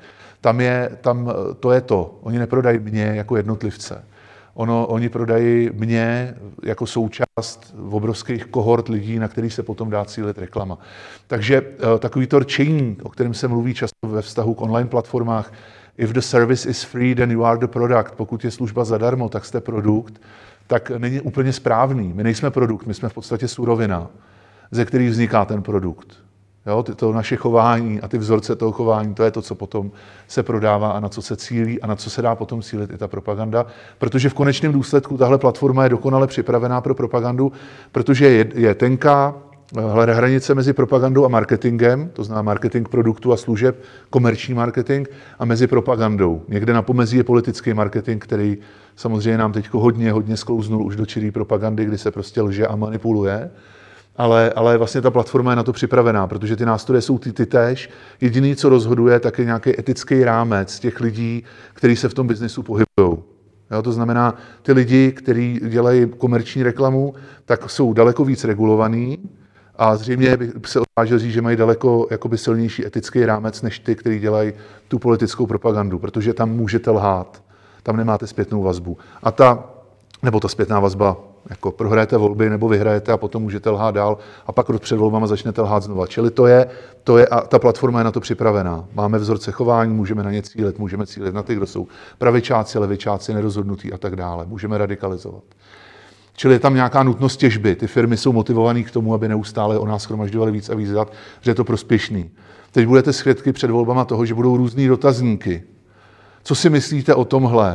To je to. Oni neprodají mě jako jednotlivce. Oni prodají mě jako součást obrovských kohort lidí, na který se potom dá cílit reklama. Takže takový to rčení, o kterém se mluví často ve vztahu k online platformách, if the service is free, then you are the product. Pokud je služba zadarmo, tak jste produkt, tak není úplně správný. My nejsme produkt, my jsme v podstatě surovina, ze který vzniká ten produkt. Jo, to naše chování a ty vzorce toho chování, to je to, co potom se prodává a na co se cílí a na co se dá potom cílit i ta propaganda, protože v konečném důsledku tahle platforma je dokonale připravená pro propagandu, protože je tenká hranice mezi propagandou a marketingem, to znamená marketing produktů a služeb, komerční marketing, a mezi propagandou. Někde na pomezí je politický marketing, který samozřejmě nám teď hodně sklouznul už do čirý propagandy, kdy se prostě lže a manipuluje. Ale vlastně ta platforma je na to připravená, protože ty nástroje jsou ty též. Jediný, co rozhoduje, tak je nějaký etický rámec těch lidí, kteří se v tom biznesu pohybují. Jo, to znamená, ty lidi, kteří dělají komerční reklamu, tak jsou daleko víc regulovaní a zřejmě bych se odvážil říct, že mají daleko jakoby silnější etický rámec než ty, kteří dělají tu politickou propagandu, protože tam můžete lhát, tam nemáte zpětnou vazbu. A ta zpětná vazba, jako prohrajete volby nebo vyhrajete a potom můžete lhát dál a pak před volbama začnete lhát znova. Čili to je a ta platforma je na to připravená. Máme vzorce chování, můžeme na ně cílit, můžeme cílit na ty, kdo jsou pravičáci, levičáci, nerozhodnutí a tak dále. Můžeme radikalizovat. Čili je tam nějaká nutnost těžby. Ty firmy jsou motivované k tomu, aby neustále o nás shromažďovaly víc a víc dat, že je to prospěšný. Teď budete svědky před volbama toho, že budou různý dotazníky. Co si myslíte o tomhle?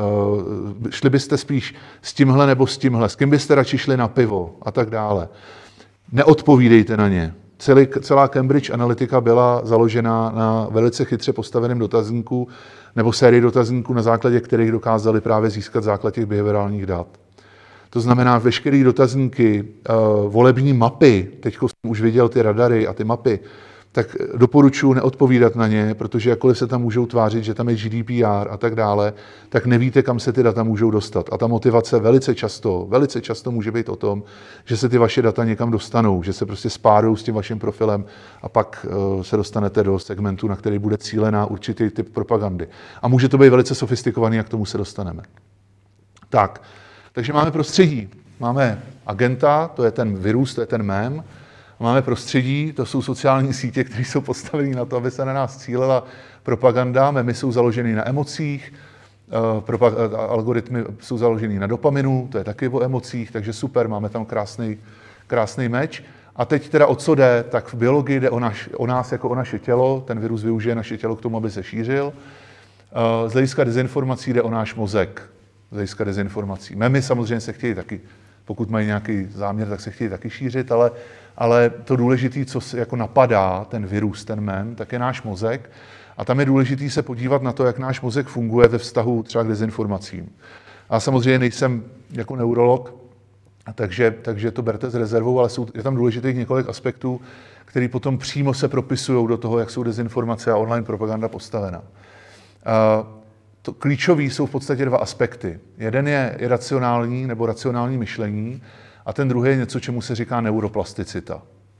Šli byste spíš s tímhle nebo s tímhle? S kým byste radši šli na pivo? A tak dále. Neodpovídejte na ně. Celá Cambridge Analytica byla založena na velice chytře postaveném dotazníku nebo sérii dotazníků, na základě kterých dokázali právě získat základ těch behaviorálních dat. To znamená, veškeré dotazníky, volební mapy, teď jsem už viděl ty radary a ty mapy, tak doporučuji neodpovídat na ně, protože jakkoliv se tam můžou tvářit, že tam je GDPR a tak dále, tak nevíte, kam se ty data můžou dostat. A ta motivace velice často může být o tom, že se ty vaše data někam dostanou, že se prostě spárujou s tím vaším profilem a pak se dostanete do segmentu, na který bude cílená určitý typ propagandy. A může to být velice sofistikovaný, jak k tomu se dostaneme. Tak, takže máme prostředí. Máme agenta, to je ten virus, to je ten mém. Máme prostředí, to jsou sociální sítě, které jsou postavené na to, aby se na nás cílila propaganda. Memy jsou založené na emocích, algoritmy jsou založené na dopaminu, to je taky o emocích, takže super, máme tam krásný meč. A teď teda o co jde? Tak v biologii jde o nás jako o naše tělo, ten virus využije naše tělo k tomu, aby se šířil. Z hlediska dezinformací jde o náš mozek, z hlediska dezinformací. Memy samozřejmě se chtějí taky, pokud mají nějaký záměr, tak se chtějí taky šířit, ale to důležité, co se jako napadá, ten virus, ten mem, tak je náš mozek. A tam je důležité se podívat na to, jak náš mozek funguje ve vztahu třeba k dezinformacím. A samozřejmě nejsem jako neurolog, takže to berte s rezervou, ale je tam důležitých několik aspektů, které potom přímo se propisují do toho, jak jsou dezinformace a online propaganda postavena. To klíčový jsou v podstatě dva aspekty. Jeden je iracionální nebo racionální myšlení a ten druhý je něco, čemu se říká neuroplasticita.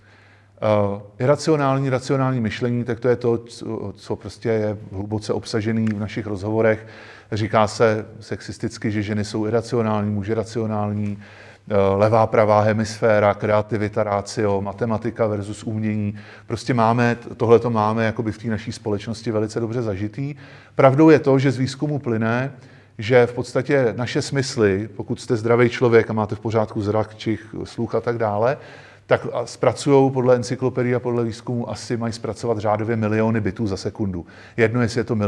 Racionální myšlení, tak to je to, co prostě je hluboce obsažený v našich rozhovorech. Říká se sexisticky, že ženy jsou iracionální, muži racionální, levá, pravá hemisféra, kreativita, ratio, matematika versus umění. Prostě tohleto máme jakoby v té naší společnosti velice dobře zažitý. Pravdou je to, že z výzkumu plyne, že v podstatě naše smysly, pokud jste zdravý člověk a máte v pořádku zrak, čich, sluch a tak dále, tak zpracují podle encyklopedie a podle výzkumu mají zpracovat řádově miliony bitů za sekundu. Jedno, jestli je to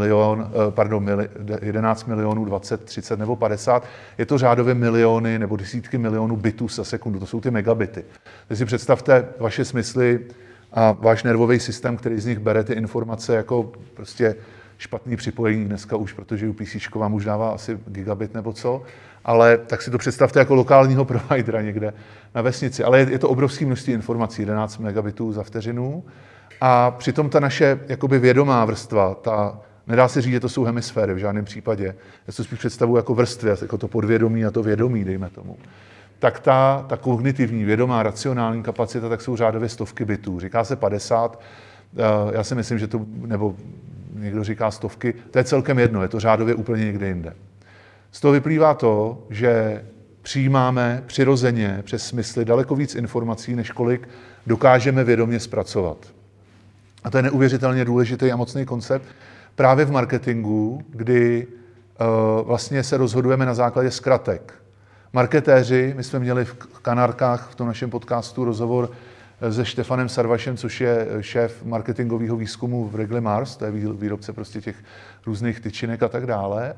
11 milionů, 20, 30 nebo 50, je to řádově miliony nebo desítky milionů bitů za sekundu. To jsou ty megabity. Takže si představte vaše smysly a váš nervový systém, který z nich bere ty informace jako prostě špatný připojení dneska už, protože UPC vám už dává asi gigabit nebo co, ale tak si to představte jako lokálního providera někde na vesnici. Ale je to obrovské množství informací, 11 megabitů za vteřinu. A přitom ta naše jakoby vědomá vrstva, nedá se říct, že to jsou hemisféry v žádném případě. Já si spíš představuji jako vrstvy, jako to podvědomí a to vědomí, dejme tomu. Tak ta kognitivní, vědomá, racionální kapacita, tak jsou řádově stovky bitů. Říká se 50, já si myslím, že to, nebo někdo říká stovky, to je celkem jedno, je to řádově úplně někde jinde. Z toho vyplývá to, že přijímáme přirozeně přes smysly daleko víc informací, než kolik dokážeme vědomě zpracovat. A to je neuvěřitelně důležitý a mocný koncept právě v marketingu, kdy vlastně se rozhodujeme na základě zkratek. Marketéři, my jsme měli v Kanárkách v tom našem podcastu rozhovor se Štefanem Sarvašem, což je šéf marketingového výzkumu v Wrigley Mars, to je výrobce prostě těch různých tyčinek a tak dále.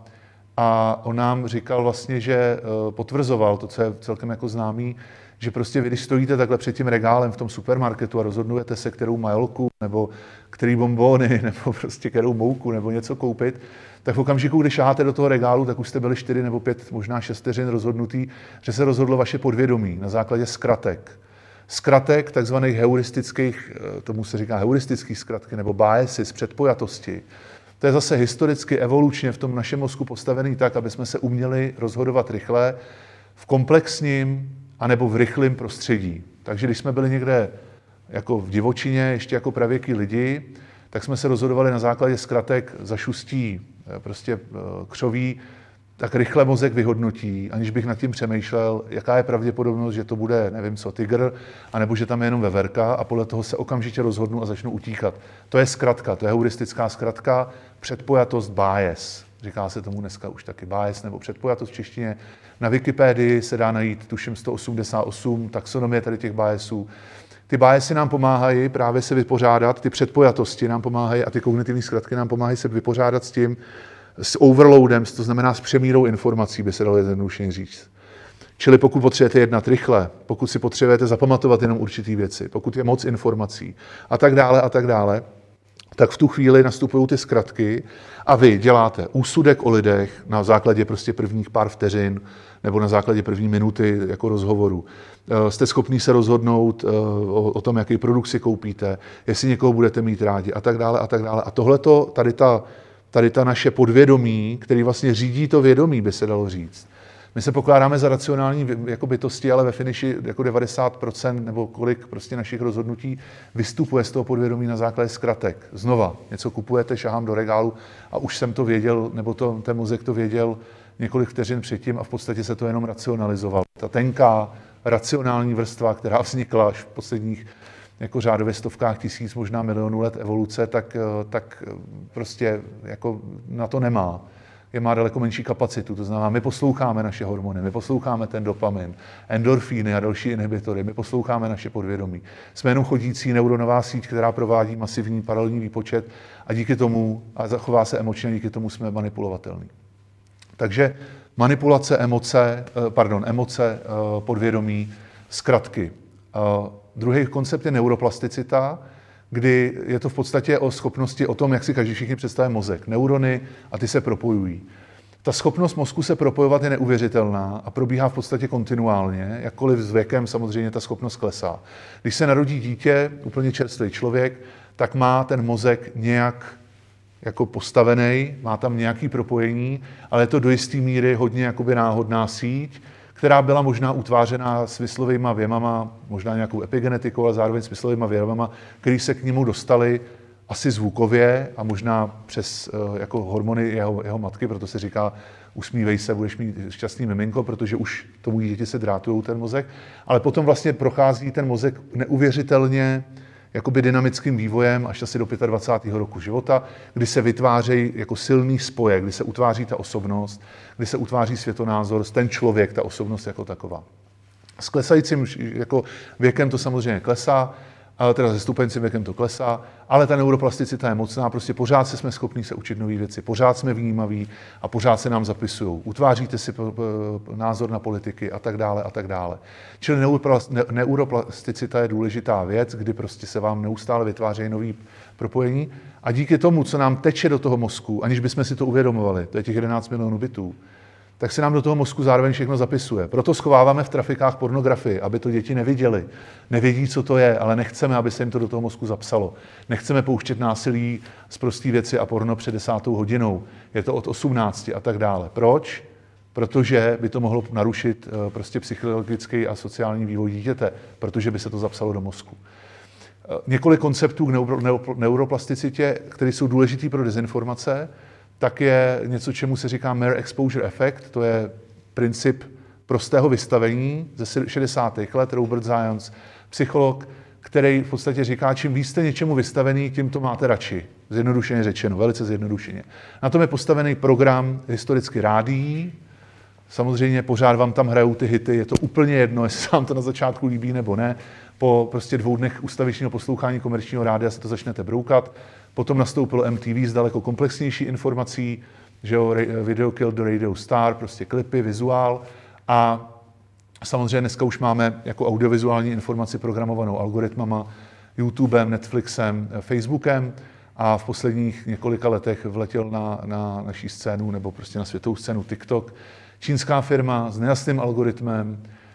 A on nám říkal vlastně, že potvrzoval to, co je celkem jako známý, že prostě vy, když stojíte takhle před tím regálem v tom supermarketu a rozhodujete se, kterou majolku, nebo který bonbony, nebo prostě kterou mouku, nebo něco koupit, tak v okamžiku, kdy šáháte do toho regálu, tak už jste byli 4 nebo 5, možná 6 vteřin rozhodnutý, že se rozhodlo vaše podvědomí na základě zkratek. Zkratek, takzvaných heuristických, tomu se říká heuristických zkratky, nebo biases, předpojatosti. To je zase historicky, evolučně v tom našem mozku postavený tak, aby jsme se uměli rozhodovat rychle v komplexním anebo v rychlém prostředí. Takže když jsme byli někde jako v divočině, ještě jako pravěký lidi, tak jsme se rozhodovali na základě zkratek zašustí, prostě křoví, tak rychle mozek vyhodnotí, aniž bych nad tím přemýšlel, jaká je pravděpodobnost, že to bude, nevím co, tygr, anebo že tam je jenom veverka a podle toho se okamžitě rozhodnu a začnu utíkat. To je zkratka, to je heuristická zkratka, předpojatost bias. Říká se tomu dneska už taky bias nebo předpojatost v češtině. Na Wikipedii se dá najít, tuším 188 taxonomie tady těch biasů. Ty biasy nám pomáhají právě se vypořádat, ty předpojatosti nám pomáhají a ty kognitivní zkratky nám pomáhají se vypořádat s tím, s overloadem, to znamená s přemírou informací, by se dalo jednoduše říct. Čili pokud potřebujete jednat rychle, pokud si potřebujete zapamatovat jenom určitý věci, pokud je moc informací a tak dále, tak v tu chvíli nastupují ty zkratky a vy děláte úsudek o lidech na základě prostě prvních pár vteřin nebo na základě první minuty jako rozhovoru. Jste schopní se rozhodnout o tom, jaký produkt si koupíte, jestli někoho budete mít rádi a tak dále a tak dále. A tohleto, tady ta naše podvědomí, který vlastně řídí to vědomí, by se dalo říct. My se pokládáme za racionální jako bytosti, ale ve finiši jako 90% nebo kolik prostě našich rozhodnutí vystupuje z toho podvědomí na základě zkratek. Znova, něco kupujete, šahám do regálu a už jsem to věděl, nebo ten mozek to věděl několik vteřin předtím a v podstatě se to jenom racionalizovalo. Ta tenká racionální vrstva, která vznikla až v posledních jako řádově stovkách tisíc, možná milionů let evoluce, tak prostě jako na to nemá. Má daleko menší kapacitu, to znamená, my posloucháme naše hormony, my posloucháme ten dopamin, endorfíny a další inhibitory, my posloucháme naše podvědomí. Jsme jenom chodící neuronová síť, která provádí masivní paralelní výpočet a díky tomu, a zachová se emočně, díky tomu jsme manipulovatelní. Takže manipulace, emoce, podvědomí, zkratky. Druhý koncept je neuroplasticita, kdy je to v podstatě o schopnosti, o tom, jak si všichni představí mozek. Neurony a ty se propojují. Ta schopnost mozku se propojovat je neuvěřitelná a probíhá v podstatě kontinuálně, jakkoliv s věkem samozřejmě ta schopnost klesá. Když se narodí dítě, úplně čerstvý člověk, tak má ten mozek nějak jako postavený, má tam nějaké propojení, ale je to do jisté míry hodně jakoby náhodná síť, která byla možná utvářená smyslovými věmama, možná nějakou epigenetikou, ale zároveň smyslovými věmama, které se k němu dostaly asi zvukově a možná přes jako hormony jeho matky, proto se říká, usmívej se, budeš mít šťastný miminko, protože už tomu dítěti se drátujou ten mozek, ale potom vlastně prochází ten mozek neuvěřitelně jakoby dynamickým vývojem až asi do 25. roku života, kdy se vytvářejí jako silný spoje, kdy se utváří ta osobnost, kdy se utváří světonázor, ten člověk, ta osobnost jako taková. S klesajícím jako věkem to samozřejmě klesá, teda se stupencím věkem to klesá, ale ta neuroplasticita je mocná, prostě pořád jsme schopní se učit nové věci, pořád jsme vnímaví a pořád se nám zapisují. Utváříte si názor na politiky a tak dále a tak dále. Čili neuroplasticita je důležitá věc, kdy prostě se vám neustále vytvářejí nový propojení a díky tomu, co nám teče do toho mozku, aniž bychom si to uvědomovali, to je těch 11 milionů bitů, tak se nám do toho mozku zároveň všechno zapisuje. Proto schováváme v trafikách pornografii, aby to děti neviděli. Nevědí, co to je, ale nechceme, aby se jim to do toho mozku zapsalo. Nechceme pouštět násilí z prostý věci a porno před 10. hodinou. Je to od 18 a tak dále. Proč? Protože by to mohlo narušit prostě psychologický a sociální vývoj dítěte, protože by se to zapsalo do mozku. Několik konceptů k neuroplasticitě, které jsou důležitý pro dezinformace, tak je něco, čemu se říká mere exposure effect, to je princip prostého vystavení ze 60. let, Robert Zions, psycholog, který v podstatě říká, čím víc jste něčemu vystavený, tím to máte radši. Zjednodušeně řečeno, velice zjednodušeně. Na tom je postavený program historicky rádií, samozřejmě pořád vám tam hrajou ty hity, je to úplně jedno, jestli se vám to na začátku líbí nebo ne. Po prostě 2 dnech ustavičního poslouchání komerčního rádia se to začnete broukat. Potom nastoupilo MTV s daleko komplexnější informací, že jo, Video Killed the Radio Star, prostě klipy, vizuál. A samozřejmě dneska už máme jako audiovizuální informaci programovanou algoritmama, YouTubem, Netflixem, Facebookem a v posledních několika letech vletěl na naší scénu nebo prostě na světovou scénu TikTok. Čínská firma s nejasným algoritmem,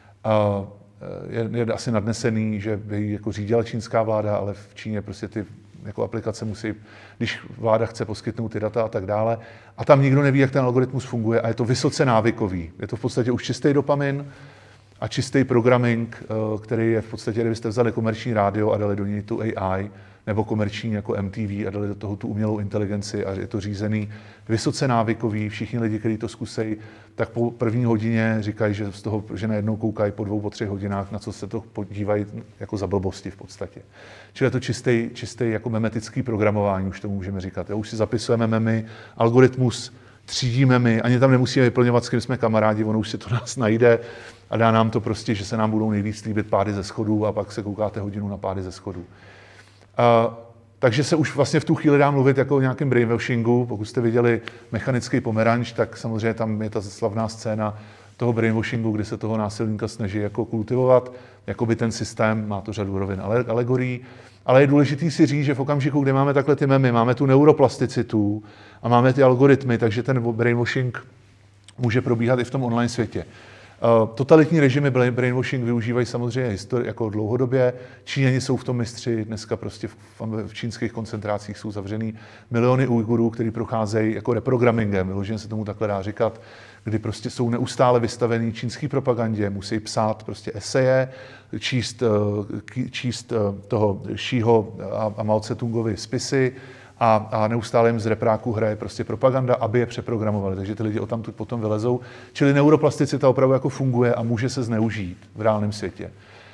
je asi nadnesený, že by ji jako řídila čínská vláda, ale v Číně prostě ty jako aplikace musí, když vláda chce poskytnout ty data a tak dále. A tam nikdo neví, jak ten algoritmus funguje a je to vysoce návykový. Je to v podstatě už čistý dopamin a čistý programming, který je v podstatě, kdybyste vzali komerční rádio a dali do něj tu AI, nebo komerční jako MTV a dali do toho tu umělou inteligenci a je to řízený vysoce návykový. Všichni lidi, kteří to zkusejí, tak po první hodině říkají, že z toho, že najednou koukají po 2, po 3 hodinách, na co se to podívají jako za blbosti v podstatě. Čili je to čistý jako memetický programování, už to můžeme říkat. Už si zapisujeme memy, algoritmus třídí memy, ani tam nemusíme vyplňovat, s kým jsme kamarádi, ono už si to nás najde a dá nám to prostě, že se nám budou nejvíc líbit pády ze schodů a pak se koukáte hodinu na pády ze schodů. Takže se už vlastně v tu chvíli dá mluvit jako o nějakém brainwashingu. Pokud jste viděli Mechanický pomeranč, tak samozřejmě tam je ta slavná scéna toho brainwashingu, kdy se toho násilníka snaží jako kultivovat, jako by ten systém, má to řadu rovin alegorií, ale je důležité si říct, že v okamžiku, kdy máme takhle ty memy, máme tu neuroplasticitu a máme ty algoritmy, takže ten brainwashing může probíhat i v tom online světě. Totalitní režimy brainwashing využívají samozřejmě jako dlouhodobě. Číňani jsou v tom mistři, dneska prostě v čínských koncentrácích jsou zavřený miliony Ujgurů, kteří procházejí jako reprogrammingem, vyloženě se tomu takhle dá říkat, kdy prostě jsou neustále vystavený čínský propagandě, musí psát prostě eseje, číst toho Šího a Mao Tse-tungovy spisy, a neustále jim z repráků hraje prostě propaganda, aby je přeprogramovali. Takže ty lidi o tam tu potom vylezou. Čili neuroplasticita opravdu jako funguje a může se zneužít v reálném světě.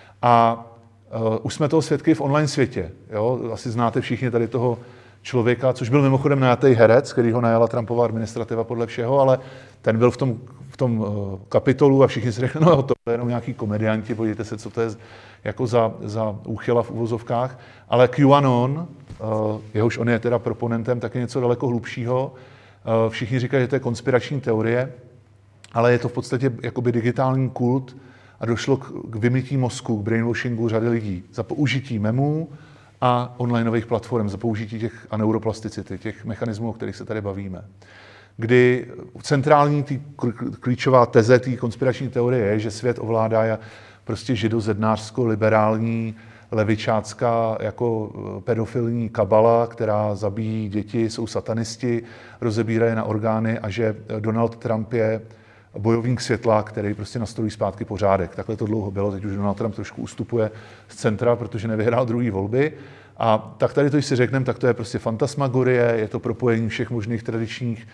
A už jsme toho svědky v online světě. Jo? Asi znáte všichni tady toho člověka, což byl mimochodem najatý herec, který ho najala Trumpova administrativa podle všeho, ale ten byl v tom kapitolu a všichni si řekli, no to je jenom nějaký komedianti, podívejte se, co to je jako za úchyla v uvozovkách. Ale QAnon, jehož on je teda proponentem, tak je něco daleko hlubšího. Všichni říkají, že to je konspirační teorie, ale je to v podstatě jakoby digitální kult a došlo k vymytí mozku, k brainwashingu řady lidí za použití memů a onlineových platform, za použití těch a neuroplasticity, těch mechanismů, o kterých se tady bavíme. Kdy centrální klíčová teze té konspirační teorie je, že svět ovládá prostě židozednářsko-liberální, levičácká jako pedofilní kabala, která zabíjí děti, jsou satanisti, rozebírají na orgány a že Donald Trump je bojovník světla, který prostě nastolí zpátky pořádek. Takhle to dlouho bylo, teď už Donald Trump trošku ustupuje z centra, protože nevyhrál druhé volby. A tak tady to, si řekneme, tak to je prostě fantasmagorie, je to propojení všech možných tradičních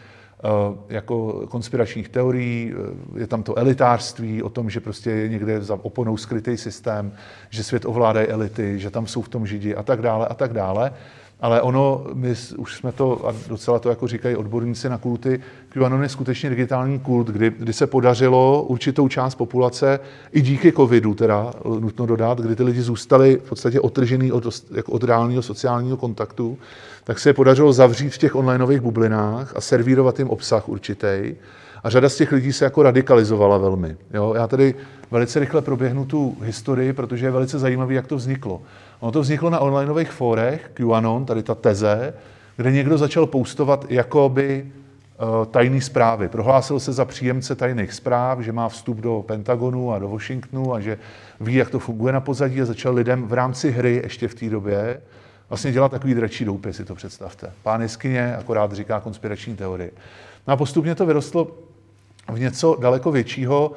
jako konspiračních teorií, je tam to elitářství o tom, že prostě je někde za oponou skrytý systém, že svět ovládají elity, že tam jsou v tom Židi a tak dále a tak dále. Ale my už jsme to, a docela to jako říkají odborníci na kulty, QAnon je skutečně digitální kult, kdy se podařilo určitou část populace, i díky covidu teda, nutno dodat, kdy ty lidi zůstali v podstatě odtržený od reálného sociálního kontaktu, tak se je podařilo zavřít v těch onlineových bublinách a servírovat jim obsah určitý. A řada z těch lidí se jako radikalizovala velmi. Jo? Já tady velice rychle proběhnu tu historii, protože je velice zajímavý, jak to vzniklo. Ono to vzniklo na onlineových fórech, QAnon, tady ta teze, kde někdo začal postovat jakoby tajné zprávy. Prohlásil se za příjemce tajných zpráv, že má vstup do Pentagonu a do Washingtonu a že ví, jak to funguje na pozadí a začal lidem v rámci hry ještě v té době vlastně dělat takový dračí doupě, si to představte. Pán jeskyně akorát říká konspirační teorie. No a postupně to vyrostlo v něco daleko většího,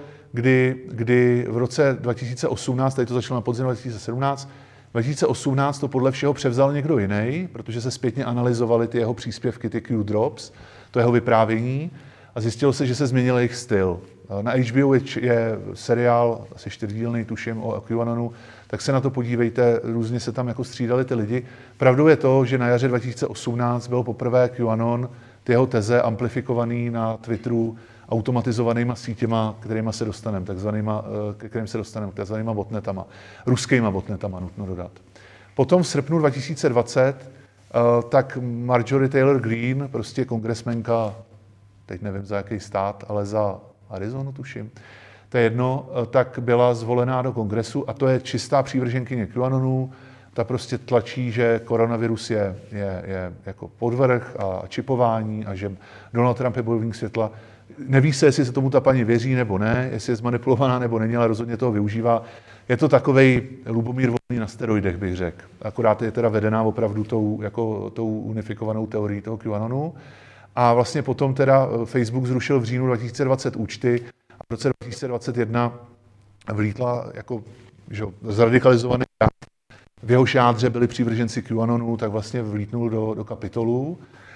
kdy v roce 2018, tady to začalo na podzim 2018 to podle všeho převzal někdo jiný, protože se zpětně analyzovaly ty jeho příspěvky, ty Q-drops, to jeho vyprávění a zjistilo se, že se změnil jejich styl. Na HBO je seriál, asi 4dílnej tuším, o QAnonu, tak se na to podívejte, různě se tam jako střídali ty lidi. Pravdou je to, že na jaře 2018 byl poprvé QAnon, ty jeho teze amplifikovaný na Twitteru automatizovanýma sítěma, kterým se dostaneme, takzvanýma botnetama, ruskýma botnetama, nutno dodat. Potom v srpnu 2020 tak Marjorie Taylor Greene, prostě kongresmenka, teď nevím za jaký stát, ale za Arizonu tuším, to je jedno, tak byla zvolená do kongresu a to je čistá přívrženkyně QAnonu, ta prostě tlačí, že koronavirus je jako podvrh a čipování a že Donald Trump je bojovník světla. Neví se, jestli se tomu ta paní věří nebo ne, jestli je zmanipulovaná nebo není, ale rozhodně toho využívá. Je to takovej Lubomír Volný na steroidech, bych řekl. Akorát je teda vedená opravdu tou unifikovanou teorií toho QAnonu. A vlastně potom teda Facebook zrušil v říjnu 2020 účty a v roce 2021 vlítla jako zradikalizovaný v jehož jádře byli přívrženci QAnonu, tak vlastně vlítnul do Kapitolu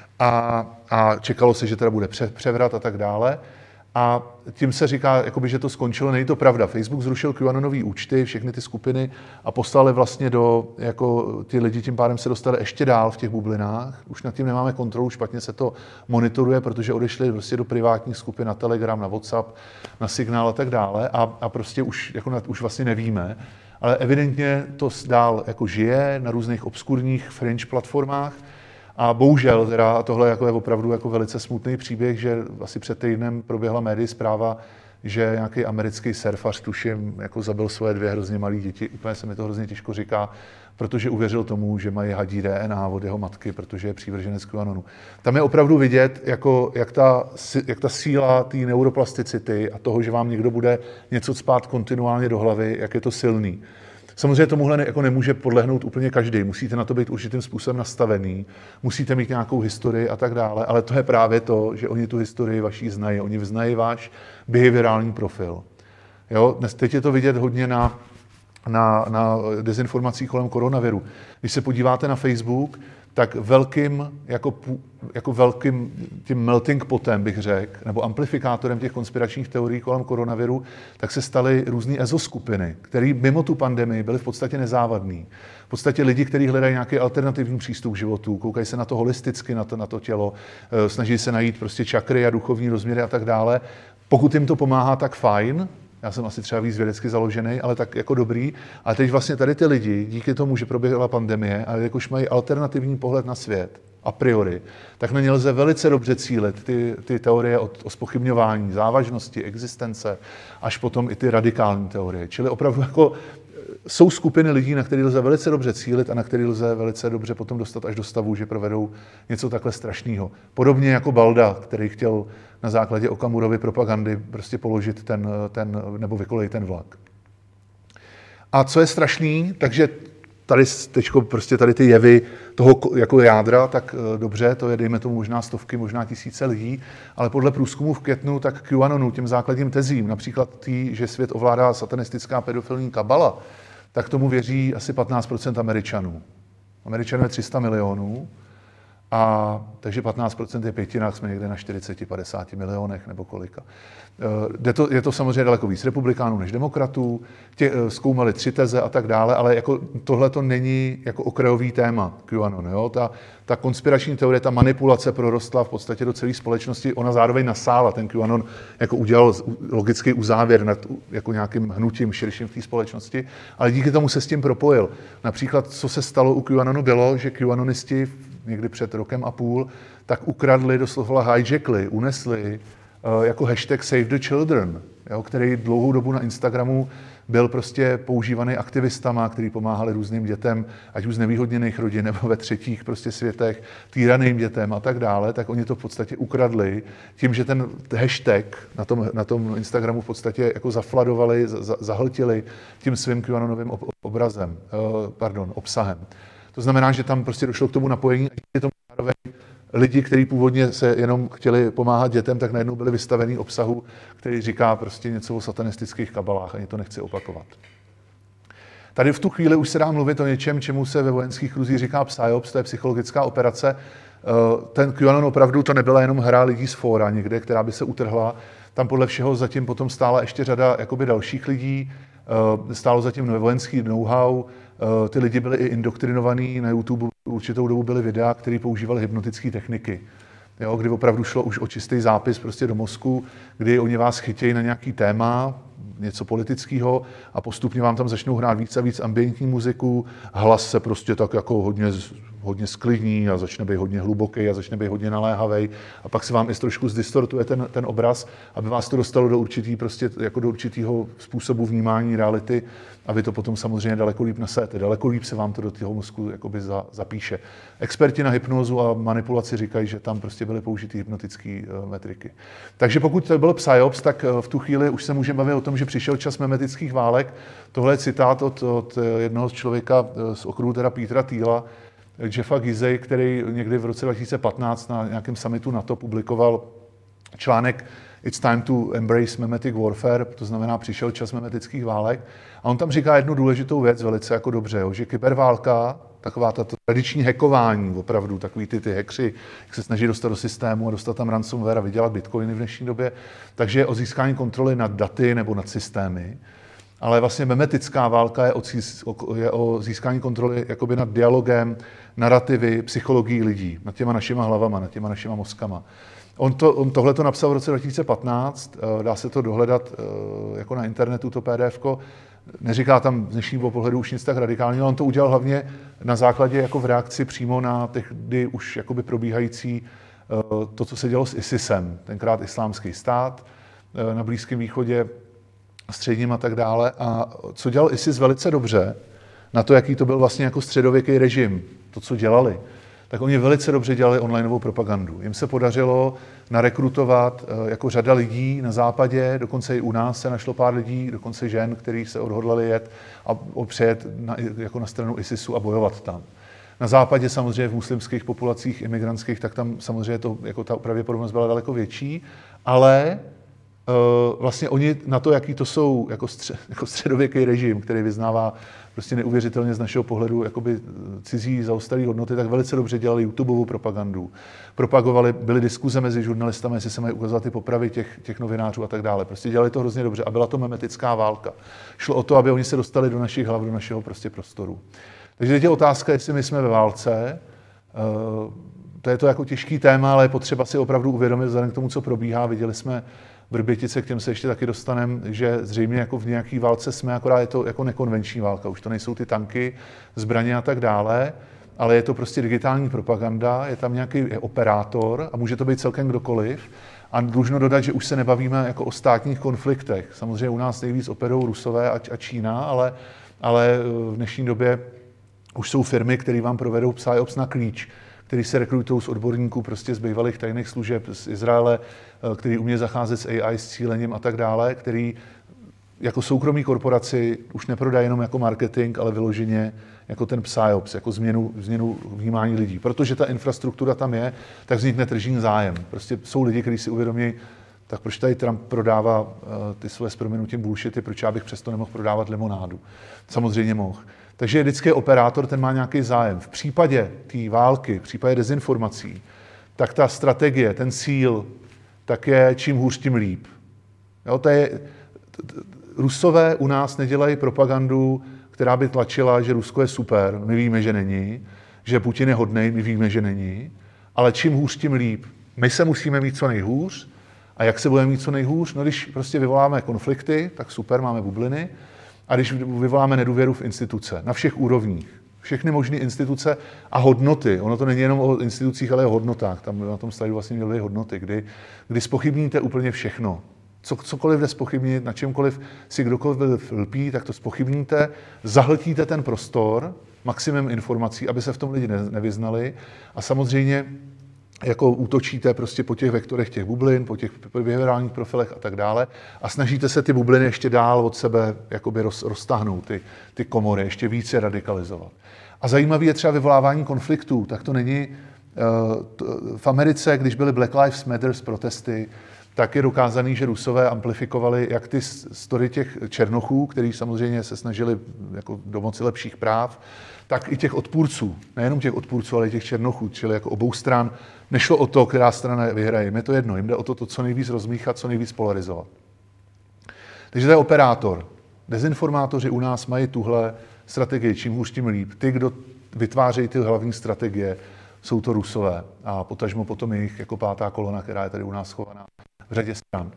a čekalo se, že teda bude převrat a tak dále. A tím se říká, jakoby, že to skončilo, není to pravda. Facebook zrušil QAnonový účty, všechny ty skupiny a poslali vlastně ty lidi tím pádem se dostali ještě dál v těch bublinách. Už nad tím nemáme kontrolu, špatně se to monitoruje, protože odešli prostě do privátních skupin na Telegram, na WhatsApp, na Signál a tak dále a prostě už vlastně nevíme. Ale evidentně to dál jako žije na různých obskurních fringe platformách. A bohužel, a tohle je opravdu jako velice smutný příběh, že asi před týdnem proběhla médii zpráva, že nějaký americký surfař, tuším, jako zabil svoje 2 hrozně malé děti. Úplně se mi to hrozně těžko říká, protože uvěřil tomu, že mají hadí DNA od jeho matky, protože je přívrženec QAnonu. Tam je opravdu vidět, jak ta síla té neuroplasticity a toho, že vám někdo bude něco cpát kontinuálně do hlavy, jak je to silný. Samozřejmě tomuhle jako nemůže podlehnout úplně každý. Musíte na to být určitým způsobem nastavený, musíte mít nějakou historii a tak dále, ale to je právě to, že oni tu historii vaší znají. Oni znají váš behaviorální profil. Jo? Dnes teď je to vidět hodně na dezinformacích kolem koronaviru. Když se podíváte na Facebook, tak velkým tím melting potem, bych řekl, nebo amplifikátorem těch konspiračních teorií kolem koronaviru, tak se staly různé ezoskupiny, které mimo tu pandemii byly v podstatě nezávadné. V podstatě lidi, kteří hledají nějaký alternativní přístup k životu, koukají se na to holisticky, na to tělo, snaží se najít prostě čakry a duchovní rozměry a tak dále. Pokud jim to pomáhá, tak fajn. Já jsem asi třeba víc vědecky založený, ale tak jako dobrý. A teď vlastně tady ty lidi, díky tomu, že proběhla pandemie, ale jakož mají alternativní pohled na svět, a priori, tak na ně lze velice dobře cílit ty teorie o zpochybňování, závažnosti, existence, až potom i ty radikální teorie. Čili opravdu jako jsou skupiny lidí, na které lze velice dobře cílit a na které lze velice dobře potom dostat až do stavu, že provedou něco takhle strašného. Podobně jako Balda, který chtěl na základě Okamurovy propagandy prostě položit nebo vykolejit ten vlak. A co je strašný, takže tady ty jevy toho jako jádra, tak dobře, to je dejme tomu možná stovky, možná tisíce lidí, ale podle průzkumu v květnu, tak QAnonu, těm základním tezím, například že svět ovládá satanistická pedofilní kabala, tak tomu věří asi 15% Američanů. Američanů je 300 milionů, takže 15% je pětina, jsme někde na 40-50 milionech nebo kolika. Je to samozřejmě daleko víc republikánů než demokratů, zkoumali 3 teze a tak dále, ale jako tohle to není jako okrajový téma QAnon. Jo? Ta konspirační teorie, ta manipulace prorostla v podstatě do celé společnosti, ona zároveň nasála, ten QAnon jako udělal logický uzávěr nad jako nějakým hnutím širším v té společnosti, ale díky tomu se s tím propojil. Například, co se stalo u QAnonu, bylo, že QAnonisti někdy před rokem a půl, tak ukradli, doslova hijackli, unesli jako hashtag Save the Children, jo, který dlouhou dobu na Instagramu byl prostě používaný aktivistama, kteří pomáhali různým dětem, ať už z nevýhodněných rodin nebo ve třetích prostě světech, týraným dětem a tak dále, tak oni to v podstatě ukradli tím, že ten hashtag na tom Instagramu v podstatě jako zafladovali, zahltili tím svým QAnonovým obsahem. To znamená, že tam prostě došlo k tomu napojení a díky tomu zároveň lidi, kteří původně se jenom chtěli pomáhat dětem, tak najednou byli vystavení obsahu, který říká prostě něco o satanistických kabalách, ani to nechci opakovat. Tady v tu chvíli už se dá mluvit o něčem, čemu se ve vojenských kruzích říká PSYOPS, to je psychologická operace. Ten QAnon opravdu to nebyla jenom hra lidí z fóra někde, která by se utrhla. Tam podle všeho zatím potom stála ještě řada jakoby dalších lidí, stálo zatím vojenský know-how, ty lidi byli i indoktrinovaní, na YouTube určitou dobu byly videa, které používaly hypnotické techniky. Jo, kdy opravdu šlo už o čistý zápis prostě do mozku, kdy oni vás chytějí na nějaký téma, něco politického a postupně vám tam začnou hrát víc a víc ambientní muziku, hlas se prostě tak jako hodně sklidní a začne být hodně hluboký a začne být hodně naléhavý a pak se vám i trošku zdistortuje ten obraz, aby vás to dostalo do určitého způsobu vnímání reality a vy to potom samozřejmě daleko líp nesete, daleko líp se vám to do toho mozku jakoby zapíše. Experti na hypnózu a manipulaci říkají, že tam prostě byly použity hypnotické metriky. Takže pokud to byl PSYOPS, tak v tu chvíli už se můžeme bavit o tom, že přišel čas memetických válek. Tohle je citát od jednoho z člověka z okruhu teda Petera Thiela, Jeffa Gizey, který někdy v roce 2015 na nějakém summitu NATO publikoval článek It's time to embrace memetic warfare, to znamená přišel čas memetických válek. A on tam říká jednu důležitou věc velice jako dobře, jo, že kyberválka, taková ta tradiční hackování, opravdu takový ty hackři, jak se snaží dostat do systému a dostat tam ransomware a vydělat bitcoiny v dnešní době, takže je o získání kontroly nad daty nebo nad systémy. Ale vlastně memetická válka je o získání kontroly jakoby nad dialogem, narrativy, psychologií lidí, nad těma našima hlavama, nad těma našima mozkama. On tohle to napsal v roce 2015, dá se to dohledat jako na internetu, to PDF-ko. Neříká tam z dnešního pohledu už nic tak radikálního, ale on to udělal hlavně na základě jako v reakci přímo na tehdy už jakoby probíhající to, co se dělo s ISISem, tenkrát Islámský stát, na Blízkém východě, středním a tak dále. A co dělal ISIS velice dobře, na to, jaký to byl vlastně jako středověký režim, to, co dělali, tak oni velice dobře dělali onlineovou propagandu. Jim se podařilo narekrutovat jako řada lidí na západě, dokonce i u nás se našlo pár lidí, dokonce žen, kteří se odhodlali jet a přejet jako na stranu ISISu a bojovat tam. Na západě samozřejmě v muslimských populacích imigrantských, tak tam samozřejmě to, jako ta pravděpodobnost byla daleko větší, ale vlastně oni na to, jaký to jsou jako středověký režim, který vyznává prostě neuvěřitelně z našeho pohledu jakoby cizí zaostalý hodnoty, tak velice dobře dělali YouTubeovou propagandu. Propagovali, byly diskuze mezi žurnalistami, jestli se mají ukazovat ty popravy těch novinářů a tak dále. Prostě dělali to hrozně dobře a byla to memetická válka. Šlo o to, aby oni se dostali do našich hlav, do našeho prostě prostoru. Takže teď je otázka, jestli my jsme ve válce. To je to jako těžký téma, ale je potřeba si opravdu uvědomit vzhledem k tomu, co probíhá. Viděli jsme Vrbětice, k těm se ještě taky dostaneme, že zřejmě jako v nějaké válce jsme, akorát je to jako nekonvenční válka. Už to nejsou ty tanky, zbraně a tak dále, ale je to prostě digitální propaganda, je tam nějaký operátor a může to být celkem kdokoliv. A dlužno dodat, že už se nebavíme jako o státních konfliktech. Samozřejmě u nás nejvíc operují Rusové a Čína, ale v dnešní době už jsou firmy, které vám provedou PsyOps na klíč, který se rekrutují z odborníků prostě z bývalých tajných služeb z Izraele, který umí zacházet s AI, s cílením a tak dále, který jako soukromí korporaci už neprodají jenom jako marketing, ale vyloženě jako ten PsyOps, jako změnu vnímání lidí. Protože ta infrastruktura tam je, tak vznikne tržní zájem. Prostě jsou lidi, kteří si uvědomí, tak proč tady Trump prodává ty své s prominutím bullshity, proč já bych přesto nemohl prodávat limonádu. Samozřejmě mohl. Takže vždycky operátor, ten má nějaký zájem. V případě té války, v případě dezinformací, tak ta strategie, ten cíl, tak je čím hůř, tím líp. Jo, Rusové u nás nedělají propagandu, která by tlačila, že Rusko je super, my víme, že není, že Putin je hodnej, my víme, že není, ale čím hůř, tím líp. My se musíme mít co nejhůř. A jak se budeme mít co nejhůř? No, když prostě vyvoláme konflikty, tak super, máme bubliny. A když vyvoláme nedůvěru v instituce, na všech úrovních, všechny možné instituce a hodnoty, ono to není jenom o institucích, ale o hodnotách, tam na tom slajdu vlastně měly hodnoty, kdy zpochybníte úplně všechno. Cokoliv jde zpochybnit, na čemkoliv si kdokoliv lpí, tak to zpochybníte, zahltíte ten prostor, maximum informací, aby se v tom lidi nevyznali a samozřejmě jako útočíte prostě po těch vektorech těch bublin, po těch behaviorálních profilech a tak dále a snažíte se ty bubliny ještě dál od sebe jakoby roztáhnout, ty komory, ještě více radikalizovat. A zajímavé je třeba vyvolávání konfliktů, tak to není v Americe, když byly Black Lives Matter protesty, tak je dokázaný, že Rusové amplifikovali jak ty story těch černochů, kteří samozřejmě se snažili jako domoci lepších práv, tak i těch odpůrců. Nejenom těch odpůrců, ale i těch černochů, čili jako obou stran. Nešlo o to, která strana vyhraje. Jim je to jedno. Jim jde o to co nejvíc rozmíchat, co nejvíc polarizovat. Takže to je operátor. Dezinformátoři u nás mají tuhle strategii, čím hůř, tím líp. Ty, kdo vytvářejí ty hlavní strategie, jsou to Rusové. A potažmo potom jejich jako pátá kolona, která je tady u nás schovaná v řadě stran.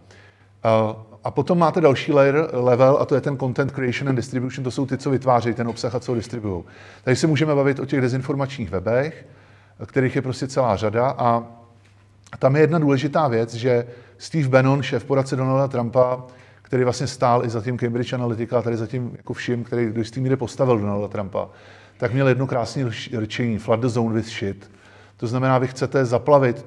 A potom máte další level a to je ten content creation and distribution, to jsou ty, co vytvářejí ten obsah a co ho distribuují. Tady se můžeme bavit o těch dezinformačních webech, kterých je prostě celá řada a tam je jedna důležitá věc, že Steve Bannon, šéf poradce Donalda Trumpa, který vlastně stál i za tím Cambridge Analytica, tady za tím jako vším, který do jistý míry postavil Donalda Trumpa, tak měl jedno krásné řečení, flood the zone with shit. To znamená, vy chcete zaplavit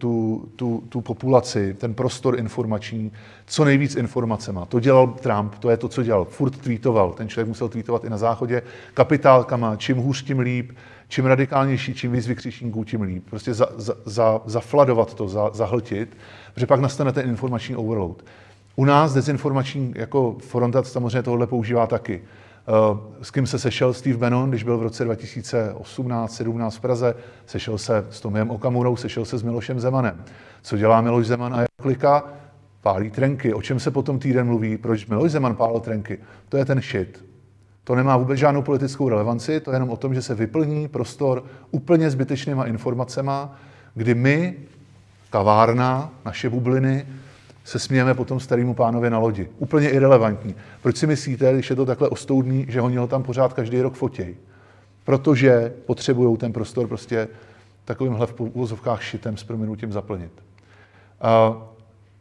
tu populaci, ten prostor informační, co nejvíc informacema. To dělal Trump, to je to, co dělal. Furt tweetoval, ten člověk musel tweetovat i na záchodě, kapitálkama, čím hůř, tím líp, čím radikálnější, čím víc vykřičníků, tím líp. Prostě zafladovat to, zahltit, protože pak nastane ten informační overload. U nás dezinformační jako fronta samozřejmě tohle používá taky. S kým se sešel Steve Bannon, když byl v roce 2018-17 v Praze, sešel se s Tomiem Okamurou, sešel se s Milošem Zemanem. Co dělá Miloš Zeman a jeho klika? Pálí trenky. O čem se potom týden mluví? Proč Miloš Zeman pálil trenky? To je ten shit. To nemá vůbec žádnou politickou relevanci, to je jenom o tom, že se vyplní prostor úplně zbytečnýma informacema, kdy my, kavárna, naše bubliny, se smějeme potom starému pánovi na lodi. Úplně irelevantní. Proč si myslíte, když je to takhle ostoudný, že oni ho tam pořád každý rok fotěj? Protože potřebují ten prostor prostě takovýmhle v uvozovkách šitem s prominutím zaplnit.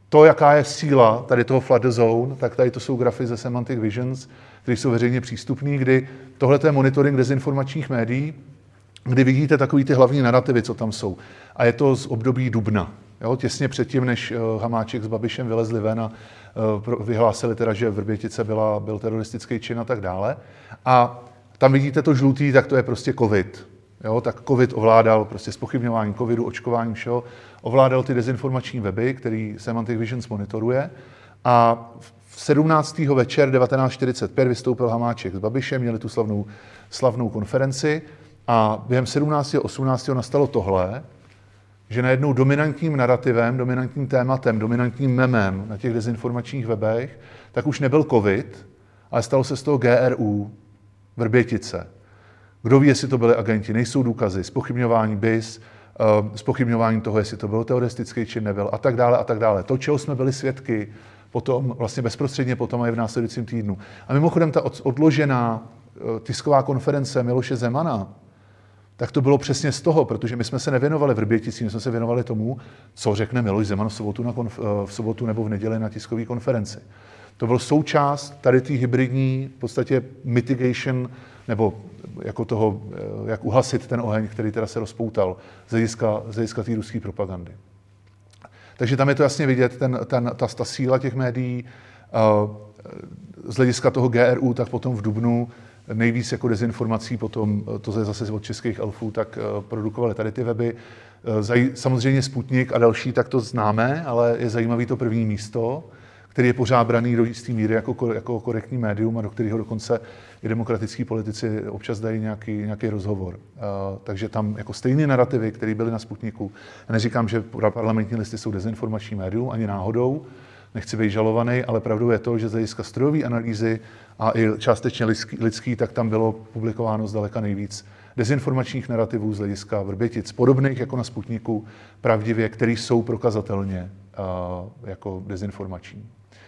to, jaká je síla tady toho flood zone, tak tady to jsou grafy ze Semantic Visions, které jsou veřejně přístupné, kdy tohle je monitoring dezinformačních médií, kdy vidíte takový ty hlavní narrativy, co tam jsou. A je to z období dubna. Jo? Těsně předtím, než Hamáček s Babišem vylezli ven a vyhlásili teda, že Vrbětice byl teroristický čin a tak dále. A tam vidíte to žlutý, tak to je prostě covid. Jo? Tak covid ovládal prostě zpochybňování covidu, očkování všeho, ovládal ty dezinformační weby, který Semantic Visions monitoruje. A v 17. večer 1945 vystoupil Hamáček s Babišem, měli tu slavnou konferenci a během 17. a 18. nastalo tohle, že najednou dominantním narrativem, dominantním tématem, dominantním memem na těch dezinformačních webech, tak už nebyl covid, ale stalo se z toho GRU, Vrbětice. Kdo ví, jestli to byli agenti, nejsou důkazy, zpochybňování BIS, zpochybňování toho, jestli to byl teroristický čin, nebyl a tak dále a tak dále. To, čeho jsme byli svědky potom, vlastně bezprostředně potom a i v následujícím týdnu. A mimochodem ta odložená tisková konference Miloše Zemana, tak to bylo přesně z toho, protože my jsme se nevěnovali Vrběticím, my jsme se věnovali tomu, co řekne Miloš Zeman v sobotu nebo v neděli na tiskové konferenci. To byl součást tady té hybridní v podstatě mitigation, nebo jako toho, jak uhasit ten oheň, který teda se rozpoutal z hlediska té ruské propagandy. Takže tam je to jasně vidět, ta síla těch médií z hlediska toho GRU, tak potom v dubnu nejvíc jako dezinformací, potom to je zase od českých elfů, tak produkovali tady ty weby. Samozřejmě Sputnik a další, tak to známe, ale je zajímavý to první místo, který je pořád braný do jistý míry jako korektní médium a do kterého dokonce i demokratickí politici občas dají nějaký rozhovor. Takže tam jako stejné narrativy, které byly na Sputniku. Já neříkám, že parlamentní listy jsou dezinformační médium, ani náhodou, nechci být žalovaný, ale pravdou je to, že z hlediska strojové analýzy a i částečně lidský, tak tam bylo publikováno zdaleka nejvíc dezinformačních narrativů z hlediska Vrbětic, podobných jako na Sputniku, pravdivě, které jsou prokazatelně jako dezinformační.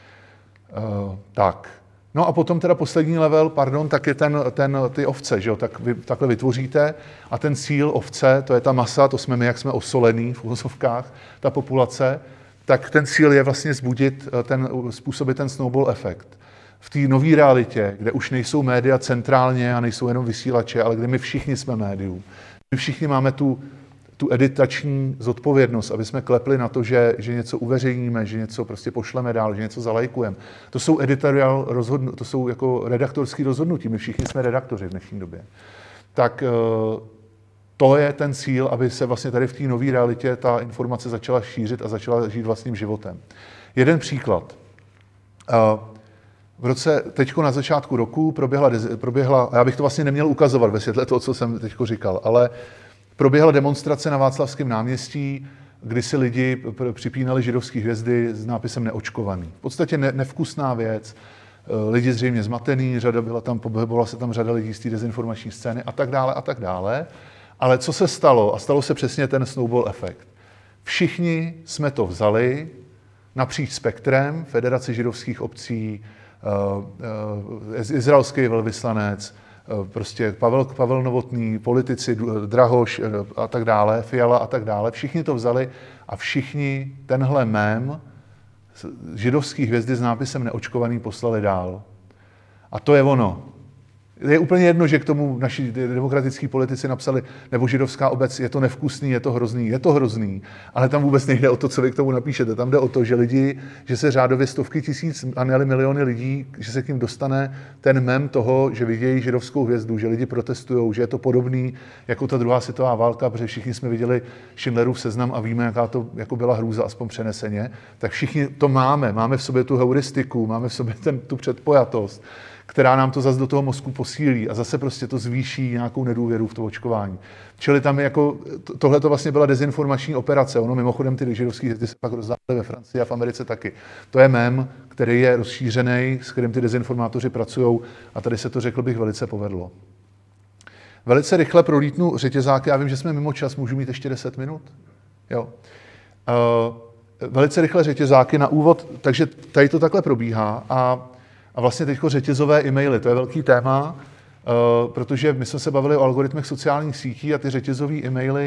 Tak. No a potom teda poslední level, tak je ty ovce, že jo? Tak vy takhle vytvoříte a ten cíl ovce, to je ta masa, to jsme my, jak jsme osolený v uvozovkách, ta populace, tak ten cíl je vlastně způsobit ten snowball efekt. V té nové realitě, kde už nejsou média centrálně a nejsou jenom vysílače, ale kde my všichni jsme médium. My všichni máme tu editační zodpovědnost, aby jsme klepli na to, že něco uveřejníme, že něco prostě pošleme dál, že něco zalajkujeme. To jsou to jsou jako redaktorský rozhodnutí. My všichni jsme redaktoři v dnešní době. Tak to je ten cíl, aby se vlastně tady v té nové realitě ta informace začala šířit a začala žít vlastním životem. Jeden příklad. Teďko na začátku roku proběhla, a já bych to vlastně neměl ukazovat ve světle toho, co jsem teďko říkal, ale proběhla demonstrace na Václavském náměstí, kdy si lidi připínali židovské hvězdy s nápisem neočkovaný. V podstatě nevkusná věc, lidi zřejmě zmatený, pohybovala se tam řada lidí z té dezinformační scény a tak dále a tak dále. Ale co se stalo? A stalo se přesně ten snowball efekt. Všichni jsme to vzali napříč spektrem, Federace židovských obcí, izraelský velvyslanec, prostě Pavel Novotný, politici, Drahoš a tak dále, Fiala a tak dále, všichni to vzali a všichni tenhle mém židovský hvězdy s nápisem neočkovaný poslali dál. A to je ono. Je úplně jedno, že k tomu naši demokratický politici napsali, nebo židovská obec, je to nevkusný, je to hrozný, ale tam vůbec nejde o to, co vy k tomu napíšete. Tam jde o to, že se řádově stovky tisíc a ne miliony lidí, že se k ním dostane ten mem toho, že vidějí židovskou hvězdu, že lidi protestujou, že je to podobný jako ta druhá světová válka, protože všichni jsme viděli Schindlerův seznam a víme, jaká to jako byla hrůza, aspoň přeneseně. Tak všichni to máme v sobě tu heuristiku, máme v sobě tu předpojatost, která nám to zase do toho mozku posílí a zase prostě to zvýší nějakou nedůvěru v to očkování. Čili tam tohle to vlastně byla dezinformační operace. Ono mimochodem ty židovské hvězdy se pak rozdávaly ve Francii a v Americe taky. To je mem, který je rozšířený, s kterým ty dezinformátoři pracují a tady se to, řekl bych, velice povedlo. Velice rychle prolítnu řetězáky. Já vím, že jsme mimo čas, můžu mít ještě 10 minut? Jo. Velice rychle řetězáky na úvod, takže tady to takhle probíhá a vlastně teďko řetězové e-maily, to je velký téma, protože my jsme se bavili o algoritmech sociálních sítí a ty řetězové e-maily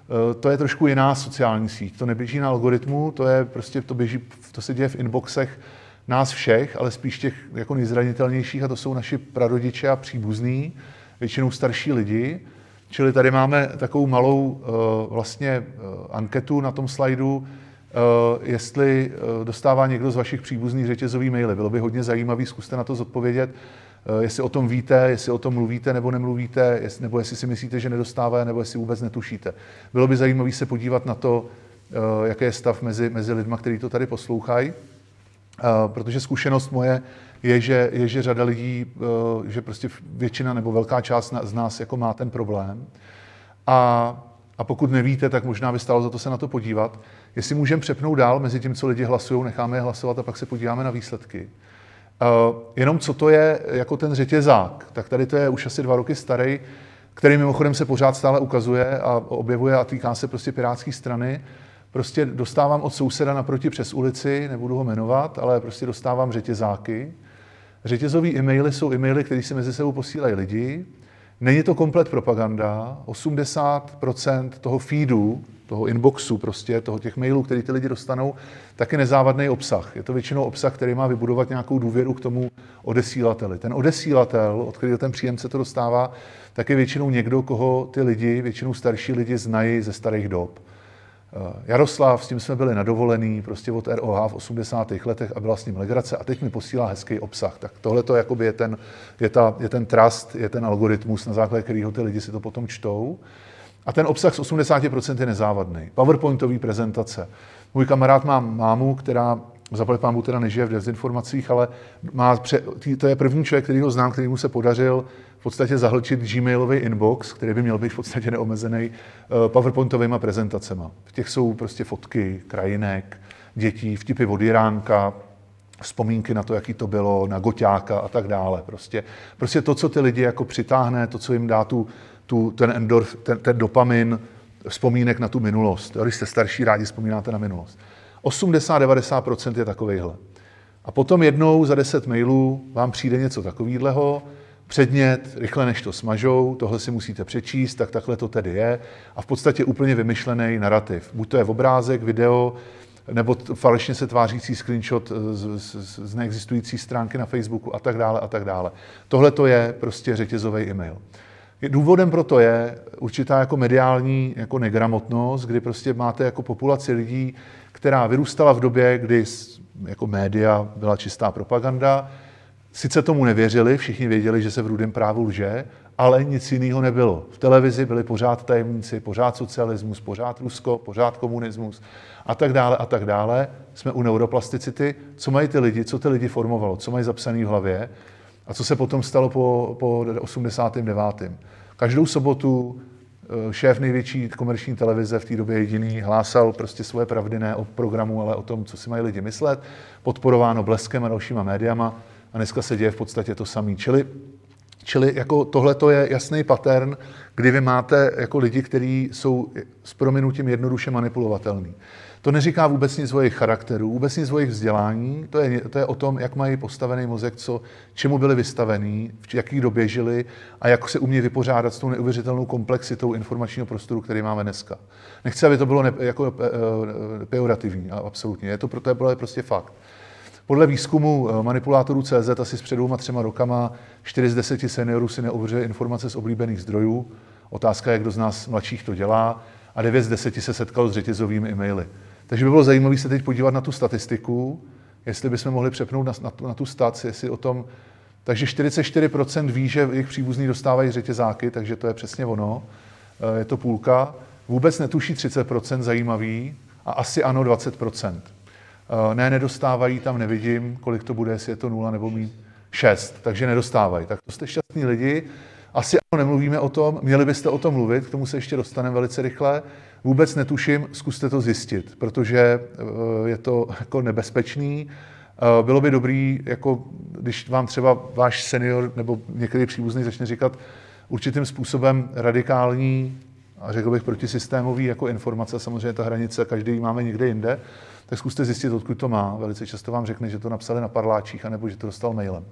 to je trošku jiná sociální síť. To neběží na algoritmu, to je prostě, to se děje v inboxech nás všech, ale spíš těch jako nejzranitelnějších, a to jsou naši prarodiče a příbuzní, většinou starší lidi. Čili tady máme takovou malou anketu na tom slajdu, jestli dostává někdo z vašich příbuzných řetězový maily. Bylo by hodně zajímavý, zkuste na to zodpovědět, jestli o tom víte, jestli o tom mluvíte nebo nemluvíte, nebo jestli si myslíte, že nedostává, nebo jestli vůbec netušíte. Bylo by zajímavé se podívat na to, jaký je stav mezi lidma, kteří to tady poslouchají, protože zkušenost moje je, že řada lidí, že prostě většina nebo velká část z nás jako má ten problém. A pokud nevíte, tak možná by stálo za to se na to podívat. Jestli můžeme přepnout dál mezi tím, co lidi hlasují, necháme je hlasovat a pak se podíváme na výsledky. Jenom co to je jako ten řetězák, tak tady to je už asi 2 roky starý, který mimochodem se pořád stále ukazuje a objevuje a týká se prostě pirátské strany. Prostě dostávám od souseda naproti přes ulici, nebudu ho jmenovat, ale prostě dostávám řetězáky. Řetězový e-maily jsou e-maily, které si mezi sebou posílají lidi. Není to komplet propaganda. 80% toho feedu, toho inboxu, prostě těch mailů, které ty lidi dostanou, tak je nezávadný obsah. Je to většinou obsah, který má vybudovat nějakou důvěru k tomu odesílateli. Ten odesílatel, od kterého ten příjemce to dostává, tak je většinou někdo, koho ty lidi, většinou starší lidi, znají ze starých dob. Jaroslav, s tím jsme byli na dovolený, prostě od ROH v 80. letech a byla s ním legrace a teď mi posílá hezký obsah. Tak tohle to jakoby je ten trust, je ten algoritmus, na základě kterého ty lidi si to potom čtou. A ten obsah z 80% je nezávadný. PowerPointový prezentace. Můj kamarád má mámu, která zaplať pánbůh teda nežije v dezinformacích, ale to je první člověk, který ho znám, který mu se podařil v podstatě zahlčit gmailový inbox, který by měl být v podstatě neomezený PowerPointovými prezentacemi. V těch jsou prostě fotky krajinek, dětí, vtipy od Jiránka, vzpomínky na to, jaký to bylo, na Goťáka a tak dále. Prostě to, co ty lidi jako přitáhne, to, co jim dá ten dopamin, vzpomínek na tu minulost. Když jste starší, rádi vzpomínáte na minulost. 80-90% je takovejhle. A potom jednou za 10 mailů vám přijde něco takovýhleho, předmět, rychle než to smažou, tohle si musíte přečíst, tak takhle to tedy je. A v podstatě úplně vymyšlený narrativ. Buď to je obrázek, video, nebo falešně se tvářící screenshot z neexistující stránky na Facebooku a tak dále a tak dále. Tohle to je prostě řetězový e-mail. Důvodem pro to je určitá jako mediální jako negramotnost, kdy prostě máte jako populaci lidí, která vyrůstala v době, kdy jako média byla čistá propaganda. Sice tomu nevěřili, všichni věděli, že se v Rudém právu lže, ale nic jiného nebylo. V televizi byli pořád tajemníci, pořád socialismus, pořád Rusko, pořád komunismus a tak dále a tak dále. Jsme u neuroplasticity. Co mají ty lidi, co ty lidi formovalo, co mají zapsaný v hlavě a co se potom stalo po 89. Každou sobotu šéf největší komerční televize, v té době jediný, hlásal prostě svoje pravdy ne o programu, ale o tom, co si mají lidi myslet, podporováno Bleskem a dalšíma médiama a dneska se děje v podstatě to samé. Čili jako tohleto je jasný pattern, kdy vy máte jako lidi, kteří jsou s prominutím jednoduše manipulovatelní. To neříká vůbec nic o jejich charakteru, vůbec nic o jejich vzdělání, to je o tom, jak mají postavený mozek, čemu byli vystavení, v jaký době žili a jak se umějí vypořádat s tou neuvěřitelnou komplexitou informačního prostoru, který máme dneska. Nechci, aby to bylo jako pejorativní, absolutně. To je prostě fakt. Podle výzkumu manipulátorů CZ asi před 2-3 rokama 4 z 10 seniorů si neověřuje informace z oblíbených zdrojů. Otázka je, kdo z nás mladších to dělá. A 9 z 10 se setkalo s řetězovými e-maily. Takže by bylo zajímavé se teď podívat na tu statistiku, jestli bychom mohli přepnout na tu stat, jestli o tom. Takže 44% ví, že jejich příbuzní dostávají řetězáky, takže to je přesně ono. Je to půlka. Vůbec netuší 30%, zajímavý. A asi ano 20%. Ne, nedostávají, tam nevidím, kolik to bude, jestli je to 0 nebo 6, takže nedostávají. Tak to jste šťastní lidi. Asi ano, nemluvíme o tom, měli byste o tom mluvit, k tomu se ještě dostaneme velice rychle. Vůbec netuším, zkuste to zjistit, protože je to jako nebezpečný. Bylo by dobrý, jako když vám třeba váš senior nebo některý příbuzný začne říkat určitým způsobem radikální a řekl bych protisystémový jako informace, samozřejmě ta hranice, každý máme někde jinde, tak zkuste zjistit, odkud to má. Velice často vám řekne, že to napsali na parláčích, anebo že to dostal mailem.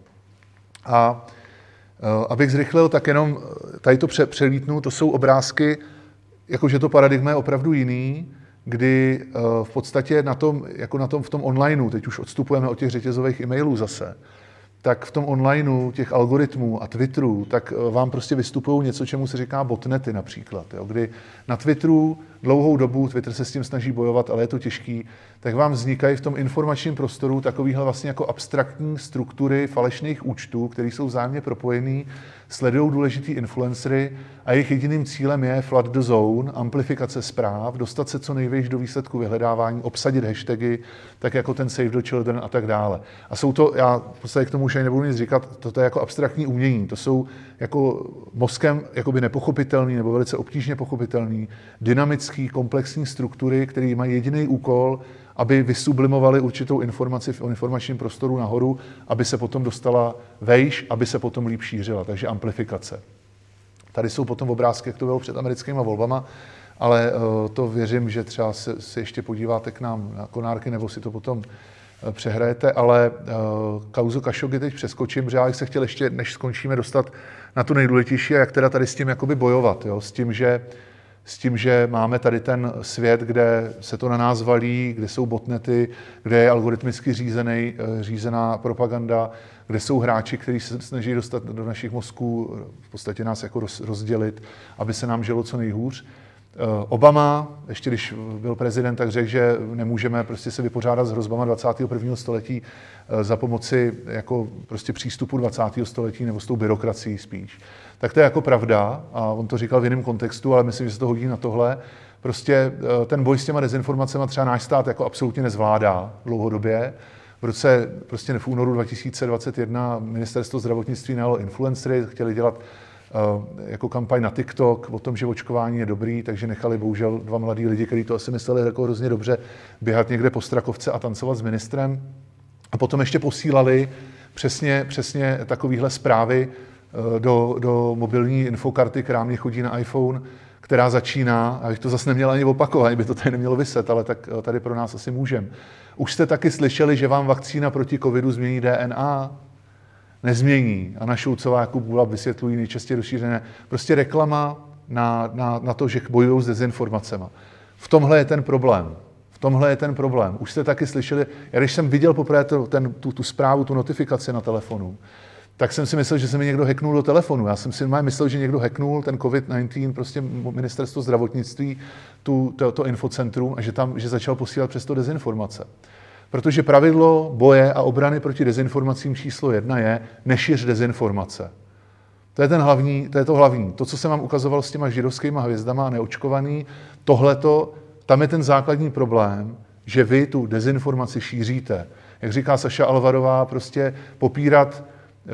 A abych zrychlil, tak jenom tady to přelítnu, to jsou obrázky, jakože to paradigma je opravdu jiný, kdy v podstatě v tom onlineu, teď už odstupujeme od těch řetězových e-mailů zase, tak v tom onlineu těch algoritmů a Twitterů, tak vám prostě vystupují něco, čemu se říká botnety například. Jo? Kdy na Twitteru dlouhou dobu, Twitter se s tím snaží bojovat, ale je to těžký, tak vám vznikají v tom informačním prostoru takovýhle vlastně jako abstraktní struktury falešných účtů, které jsou vzájemně propojený, sledují důležitý influencery a jejich jediným cílem je flood the zone, amplifikace zpráv, dostat se co nejvíc do výsledku vyhledávání, obsadit hashtagy, tak jako ten Save the Children a tak dále. A jsou to, já v podstatě k tomu už ani nebudu nic říkat, to je jako abstraktní umění, to jsou jako mozkem jakoby nepochopitelný nebo velice obtížně pochopitelný, dynamický, komplexní struktury, které mají jediný úkol, aby vysublimovali určitou informaci v informačním prostoru nahoru, aby se potom dostala vejš, aby se potom líp šířila, takže amplifikace. Tady jsou potom obrázky, jak to bylo před americkými volbama, ale to věřím, že třeba se ještě podíváte k nám na Konárky, nebo si to potom přehrajete, ale kauzu Khashoggi teď přeskočím, že já bych se chtěl ještě, než skončíme, dostat na tu nejdůležitější, a jak teda tady s tím jakoby bojovat, jo? S tím, že máme tady ten svět, kde se to na nás valí, kde jsou botnety, kde je algoritmicky řízená propaganda, kde jsou hráči, kteří se snaží dostat do našich mozků, v podstatě nás jako rozdělit, aby se nám žilo co nejhůř. Obama, ještě když byl prezident, tak řekl, že nemůžeme prostě se vypořádat s hrozbama 21. století za pomoci jako prostě přístupu 20. století nebo s tou byrokracií spíš. Tak to je jako pravda a on to říkal v jiném kontextu, ale myslím, že se to hodí na tohle. Prostě ten boj s těma dezinformacemi třeba náš stát jako absolutně nezvládá dlouhodobě. V únoru 2021 ministerstvo zdravotnictví najalo influencery, chtěli dělat jako kampaň na TikTok o tom, že očkování je dobrý, takže nechali bohužel 2 mladí lidi, kteří to asi mysleli jako hrozně dobře, běhat někde po Strakovce a tancovat s ministrem. A potom ještě posílali přesně takovýhle zprávy do mobilní infokarty, která mě chodí na iPhone, která začíná, abych to zase neměl ani opakovat, by to tady nemělo vyset, ale tak tady pro nás asi můžem. Už jste taky slyšeli, že vám vakcína proti covidu změní DNA? Nezmění. A na Šulcová jako Bůla vysvětlují nejčastěji rozšířené. Prostě reklama na to, že bojují s dezinformacemi. V tomhle je ten problém. Už jste taky slyšeli, já když jsem viděl poprvé tu zprávu, tu notifikaci na telefonu, tak jsem si myslel, že se mi někdo hacknul do telefonu. Já jsem si myslel, že někdo hacknul ten COVID-19, prostě ministerstvo zdravotnictví, to infocentrum a že začal posílat přesto dezinformace. Protože pravidlo boje a obrany proti dezinformacím číslo 1 je nešiř dezinformace. To je to hlavní. To, co jsem vám ukazoval s těma židovskýma hvězdama a neočkovaný, tam je ten základní problém, že vy tu dezinformaci šíříte. Jak říká Saša Alvarová, prostě popírat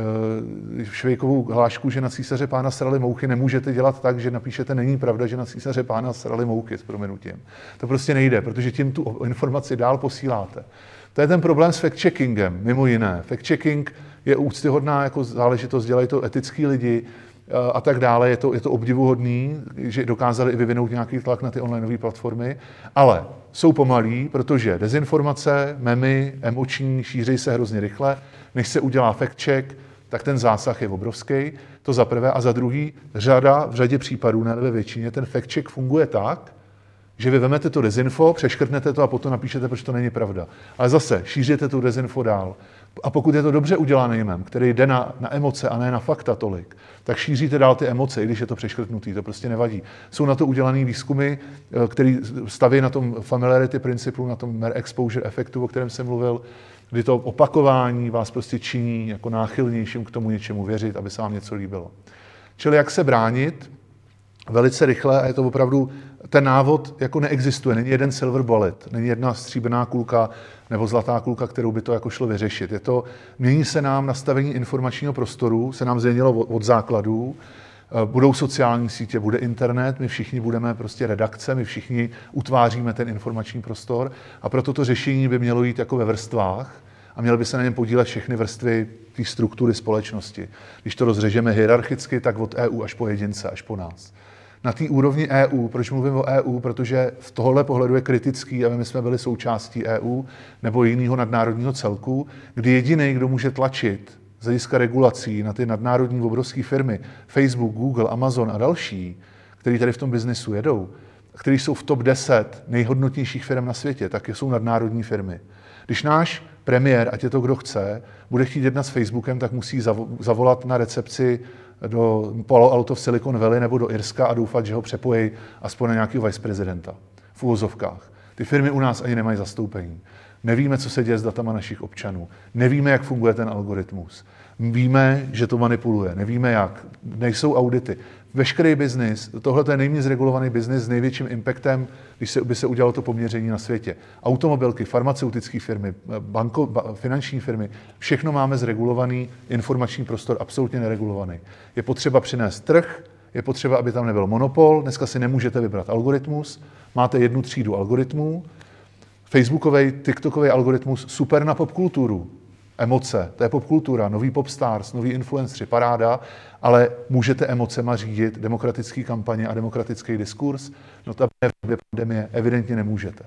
Švejkovou hlášku, že na císaře pána sraly mouchy, nemůžete dělat tak, že napíšete, není pravda, že na císaře pána sraly mouchy, s prominutím. To prostě nejde, protože tím tu informaci dál posíláte. To je ten problém s fact-checkingem, mimo jiné. Fact-checking je úctyhodná jako záležitost, dělají to etický lidi a tak dále. Je to obdivuhodný, že dokázali i vyvinout nějaký tlak na ty onlineové platformy, ale jsou pomalí, protože dezinformace, memy, emoční, šíří se hrozně rychle. Než se udělá fact-check, tak ten zásah je obrovský, to za prvé. A za druhý, v řadě případů, ne ve většině, ten fact-check funguje tak, že vy vemete to dezinfo, přeškrtnete to a potom napíšete, proč to není pravda. Ale zase šíříte tu dezinfo dál. A pokud je to dobře udělaný mem, který jde na emoce a ne na fakta tolik, tak šíříte dál ty emoce, i když je to přeškrtnutý, to prostě nevadí. Jsou na to udělaný výzkumy, který staví na tom familiarity principu, na tom mere exposure efektu, o kterém jsem mluvil, kdy to opakování vás prostě činí jako náchylnějším k tomu něčemu věřit, aby se vám něco líbilo. Čili jak se bránit? Velice rychle, a je to opravdu, ten návod jako neexistuje, není jeden silver bullet, není jedna stříbrná kulka nebo zlatá kulka, kterou by to jako šlo vyřešit. Mění se nám nastavení informačního prostoru, se nám změnilo od základů, budou sociální sítě, bude internet, my všichni budeme prostě redakce, my všichni utváříme ten informační prostor a proto to řešení by mělo jít jako ve vrstvách a měly by se na něm podílet všechny vrstvy té struktury společnosti. Když to rozřežeme hierarchicky, tak od EU až po jedince, až po nás. Na té úrovni EU, proč mluvím o EU? Protože v tohohle pohledu je kritický, aby my jsme byli součástí EU nebo jiného nadnárodního celku, kdy jediný, kdo může tlačit z hlediska regulací na ty nadnárodní obrovské firmy, Facebook, Google, Amazon a další, který tady v tom biznesu jedou, které jsou v top 10 nejhodnotnějších firm na světě, tak jsou nadnárodní firmy. Když náš premiér, ať je to kdo chce, bude chtít jednat s Facebookem, tak musí zavolat na recepci do Palo Alto v Silicon Valley nebo do Irska a doufat, že ho přepojí aspoň na nějakého viceprezidenta v uvozovkách. Ty firmy u nás ani nemají zastoupení. Nevíme, co se děje s datama našich občanů. Nevíme, jak funguje ten algoritmus. Víme, že to manipuluje. Nevíme, jak. Nejsou audity. Veškerý biznis, tohle je nejméně zregulovaný biznis s největším impactem, když by se udělalo to poměření na světě. Automobilky, farmaceutické firmy, finanční firmy, všechno máme zregulovaný, informační prostor absolutně neregulovaný. Je potřeba přinést trh, je potřeba, aby tam nebyl monopol, dneska si nemůžete vybrat algoritmus, máte jednu třídu algoritmů, Facebookový, TikTokový algoritmus super na popkulturu. Emoce, to je popkultura, nový popstars, nový influenceri, paráda, ale můžete emocema řídit demokratický kampaně a demokratický diskurs? No ta v době pandemie evidentně nemůžete.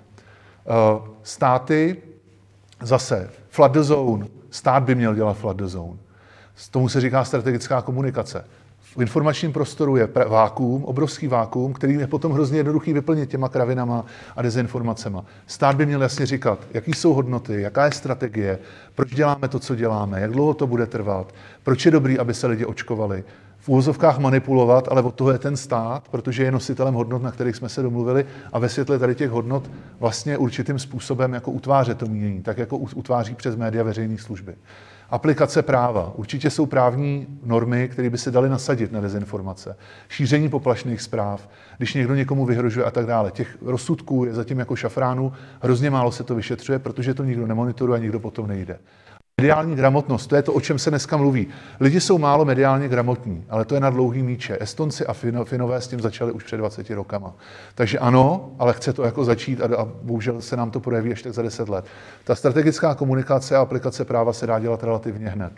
Státy, zase, flood the zone, stát by měl dělat flood the zone. Tomu se říká strategická komunikace. V informačním prostoru je vákuum, obrovský vákuum, který je potom hrozně jednoduchý vyplnit těma kravinama a dezinformacema. Stát by měl jasně říkat, jaký jsou hodnoty, jaká je strategie, proč děláme to, co děláme, jak dlouho to bude trvat, proč je dobrý, aby se lidi očkovali. V úvozovkách manipulovat, ale od toho je ten stát, protože je nositelem hodnot, na kterých jsme se domluvili, a ve světle tady těch hodnot vlastně určitým způsobem jako utvářet to mínění, tak jako utváří přes média veřejné služby. Aplikace práva. Určitě jsou právní normy, které by se daly nasadit na dezinformace. Šíření poplašných zpráv, když někdo někomu vyhrožuje a tak dále. Těch rozsudků je zatím jako šafránů, hrozně málo se to vyšetřuje, protože to nikdo nemonitoruje a nikdo potom nejde. Mediální gramotnost, to je to, o čem se dneska mluví. Lidi jsou málo mediálně gramotní, ale to je na dlouhý míče. Estonci a Finové s tím začali už před 20 rokama. Takže ano, ale chce to jako začít a bohužel se nám to projeví až tak za 10 let. Ta strategická komunikace a aplikace práva se dá dělat relativně hned.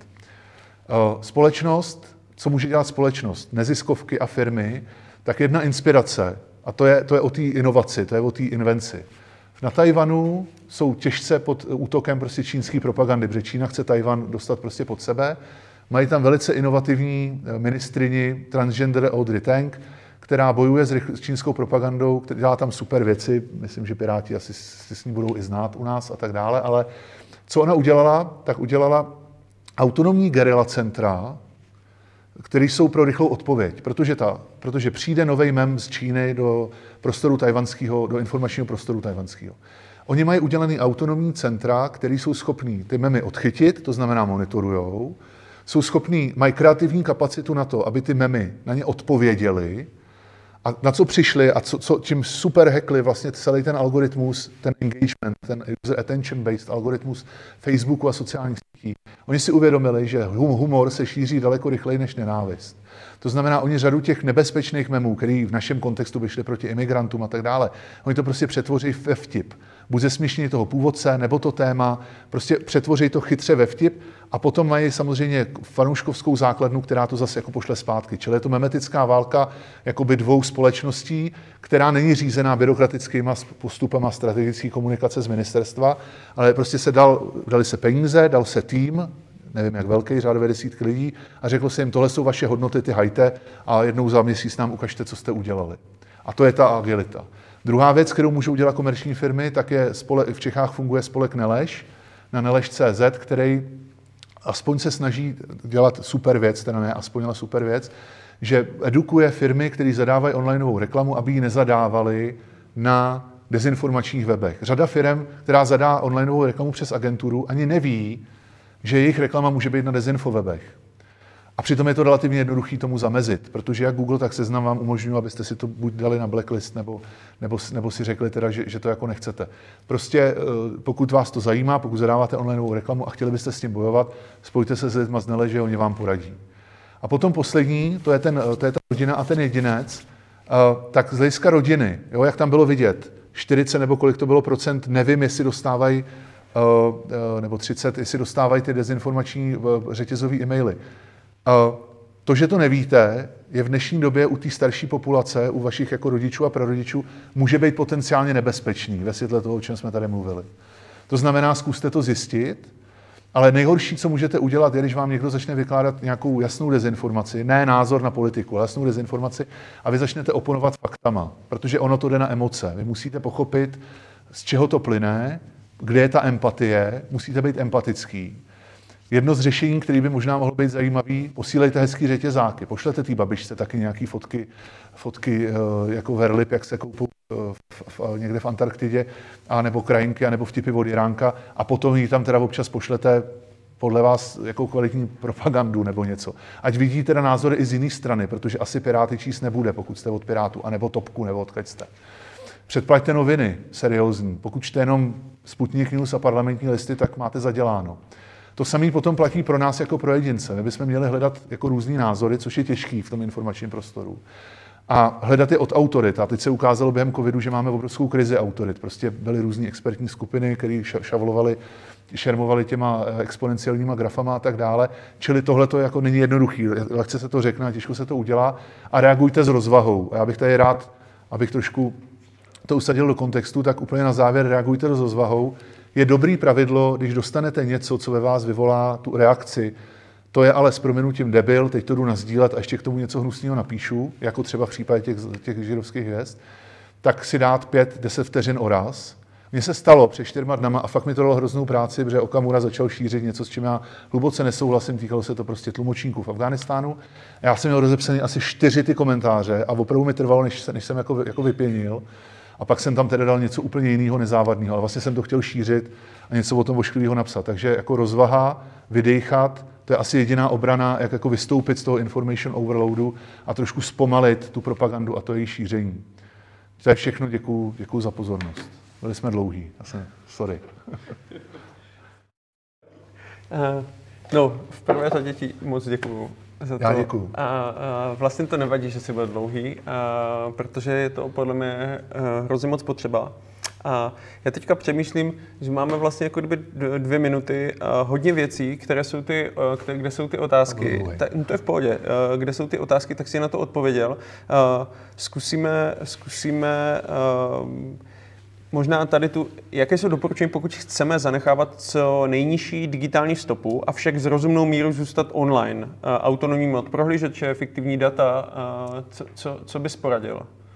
Společnost, co může dělat společnost? Neziskovky a firmy, tak jedna inspirace, a to je o té inovaci, to je o té invenci. Na Tajvanu jsou těžce pod útokem prostě čínské propagandy, protože Čína chce Tajvan dostat prostě pod sebe. Mají tam velice inovativní ministrini transgender Audrey Tang, která bojuje s čínskou propagandou, která dělá tam super věci, myslím, že Piráti asi si s ní budou i znát u nás a tak dále, ale co ona udělala, tak udělala autonomní gerilla centra, které jsou pro rychlou odpověď, protože přijde nový mem z Číny do prostoru tajvanského, do informačního prostoru tajvanského. Oni mají udělaný autonomní centra, které jsou schopní ty memy odchytit, to znamená monitorujou, jsou schopní, mají kreativní kapacitu na to, aby ty memy na ně odpověděli a na co přišli a čím super hackli vlastně celý ten algoritmus, ten engagement, ten user attention-based algoritmus Facebooku a sociálních sítí. Oni si uvědomili, že humor se šíří daleko rychleji než nenávist. To znamená, oni řadu těch nebezpečných memů, který v našem kontextu by šly proti imigrantům a tak dále, oni to prostě přetvoří ve vtip. Buď zesměšnění toho původce, nebo to téma, prostě přetvoří to chytře ve vtip a potom mají samozřejmě fanouškovskou základnu, která to zase jako pošle zpátky. Čili je to memetická válka jakoby dvou společností, která není řízená byrokratickýma postupama strategické komunikace z ministerstva, ale prostě dali se peníze, dal se tým, nevím jak velký, řádově desítky lidí, a řeklo se jim, tohle jsou vaše hodnoty, ty hajte a jednou za měsíc nám ukažte, co jste udělali. A to je ta agilita. Druhá věc, kterou můžou dělat komerční firmy, tak je v Čechách funguje spolek Neleš, na Neleš.cz, který aspoň se snaží dělat super věc, teda ne aspoň, ale super věc, že edukuje firmy, které zadávají onlineovou reklamu, aby ji nezadávali na dezinformačních webech. Řada firm, která zadá onlineovou reklamu přes agenturu, ani neví, že jejich reklama může být na dezinfowebech. A přitom je to relativně jednoduchý tomu zamezit, protože jak Google, tak Seznam vám umožňují, abyste si to buď dali na blacklist, nebo si řekli teda, že to jako nechcete. Prostě pokud vás to zajímá, pokud zadáváte onlineovou reklamu a chtěli byste s tím bojovat, spojte se s lidma z Nele, že oni vám poradí. A potom poslední, to je ta rodina a ten jedinec, tak z hlediska rodiny, jo, jak tam bylo vidět, 40 nebo kolik to bylo procent, nevím, jestli dostávají, nebo 30, jestli dostávají ty dezinformační řetězové e-maily. To, že to nevíte, je v dnešní době u té starší populace, u vašich jako rodičů a prarodičů, může být potenciálně nebezpečný ve světle toho, o čem jsme tady mluvili. To znamená, zkuste to zjistit Ale nejhorší, co můžete udělat, je, když vám někdo začne vykládat nějakou jasnou dezinformaci, ne názor na politiku, ale jasnou dezinformaci, a vy začnete oponovat faktama, protože ono to jde na emoce. Vy musíte pochopit, z čeho to plyne, kde je ta empatie, musíte být empatický. Jedno z řešení, které by možná mohlo být zajímavý, posílejte hezký řetězáky, pošlete té babičce taky nějaký fotky jako verlip, jak se koupou někde v Antarktidě, a nebo krajinky, a nebo vtipy od Jiránka, a potom jí tam teda občas pošlete podle vás jako kvalitní propagandu nebo něco. Ať vidí teda názory i z jiné strany, protože asi Piráty číst nebude, pokud jste od Pirátů, anebo Topku, nebo odkud jste. Předplaťte noviny, seriózní. Pokud čte jenom Sputnik News a Parlamentní listy, tak máte zaděláno. To samé potom platí pro nás jako pro jedince. My bychom měli hledat jako různý názory, což je těžký v tom informačním prostoru. A hledat je od autorit. A teď se ukázalo během covidu, že máme obrovskou krizi autorit. Prostě byly různý expertní skupiny, které šermovali těma exponenciálníma grafama a tak dále. Čili tohle to jako není jednoduchý. Lehce se to řekne, těžko se to udělá. A reagujte s rozvahou. A já bych tady rád, abych trošku to usadil do kontextu, tak úplně na závěr reagujte s rozvahou. Je dobrý pravidlo, když dostanete něco, co ve vás vyvolá tu reakci, to je ale s prominutím debil, teď to jdu nasdílet a ještě k tomu něco hnusného napíšu, jako třeba v případě těch židovských hvězd, tak si dát 5-10 vteřin oraz. Mně se stalo před 4 dnama a fakt mi to dalo hroznou práci, protože Okamura začal šířit něco, s čím já hluboce nesouhlasím, týkalo se to prostě tlumočníků v Afghánistánu. Já jsem měl rozepsaný asi 4 ty komentáře a opravdu mi trvalo, než jsem jako vypěnil. A pak jsem tam teda dal něco úplně jiného, nezávadného, ale vlastně jsem to chtěl šířit a něco o tom ošklivého napsat. Takže jako rozvaha, vydejchat, to je asi jediná obrana, jak jako vystoupit z toho information overloadu a trošku zpomalit tu propagandu a to její šíření. To je všechno, děkuju za pozornost. Byli jsme dlouhý, sorry. No, v prvé řadě ti moc děkuju za to. Já děkuju. A vlastně to nevadí, že jsi byl dlouhý, protože je to podle mě hrozně moc potřeba. A já teďka přemýšlím, že máme vlastně jako kdyby 2 minuty, hodně věcí, kde jsou ty otázky. To je v pohodě. Kde jsou ty otázky, tak si na to odpověděl. Zkusíme možná tady jaké jsou doporučení, pokud chceme zanechávat co nejnižší digitální stopu, avšak s rozumnou mírou zůstat online. Autonomní od prohlížeče, fiktivní data, co bys poradil?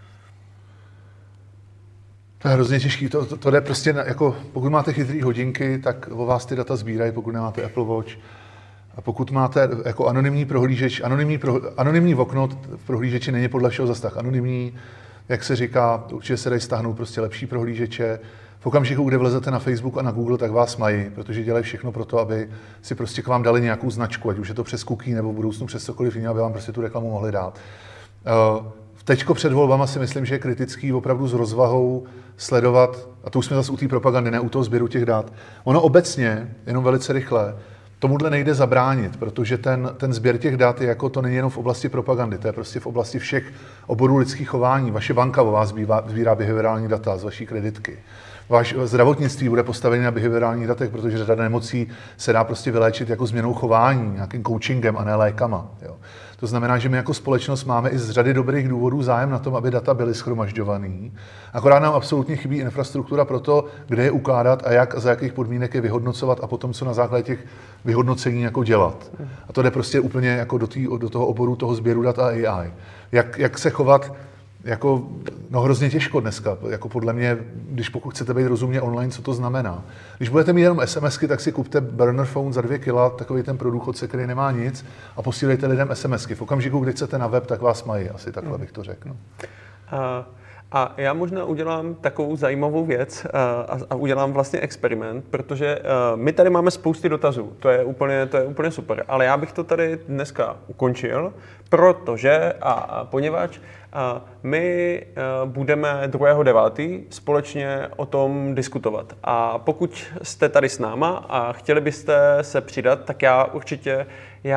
To je hrozně těžký, to jde prostě, jako pokud máte chytrý hodinky, tak o vás ty data sbírají, pokud nemáte Apple Watch. A pokud máte jako anonymní prohlížeč, anonymní okno v prohlížeči není podle všeho zas tak anonymní, jak se říká, určitě se dají stáhnout prostě lepší prohlížeče. V okamžiku, kde vlezete na Facebook a na Google, tak vás mají, protože dělají všechno pro to, aby si prostě k vám dali nějakou značku, ať už je to přes cookie nebo v budoucnu přes cokoliv jiného, aby vám prostě tu reklamu mohli dát. Teďko před volbama si myslím, že je kritický opravdu s rozvahou sledovat, a to už jsme zase u té propagandy, ne u toho sběru těch dat. Ono obecně, jenom velice rychle, tomuhle nejde zabránit, protože ten sběr těch dat je jako to není jenom v oblasti propagandy, to je prostě v oblasti všech oborů lidských chování. Vaše banka o vás sbírá behaviorální data z vaší kreditky. Váš zdravotnictví bude postavené na behaviorálních datech, protože řada nemocí se dá prostě vyléčit jako změnou chování, nějakým coachingem a ne lékama. Jo. To znamená, že my jako společnost máme i z řady dobrých důvodů zájem na tom, aby data byly shromažďovaný. Akorát nám absolutně chybí infrastruktura pro to, kde je ukládat a jak a za jakých podmínek je vyhodnocovat a potom co na základě těch vyhodnocení jako dělat. A to jde prostě úplně jako do toho oboru toho sběru dat a AI. Jak se chovat jako, no hrozně těžko dneska, jako podle mě, pokud chcete být rozumně online, co to znamená. Když budete mít jenom SMSky, tak si kupte burner phone za 2 kila, takový ten pro důchodce, který nemá nic, a posílejte lidem SMSky. V okamžiku, kdy chcete na web, tak vás mají, asi takhle bych to řekl. No. A já možná udělám takovou zajímavou věc a udělám vlastně experiment, protože my tady máme spousty dotazů, to je úplně super, ale já bych to tady dneska ukončil, protože a poněvadž my budeme 2.9. společně o tom diskutovat. A pokud jste tady s náma a chtěli byste se přidat, tak já určitě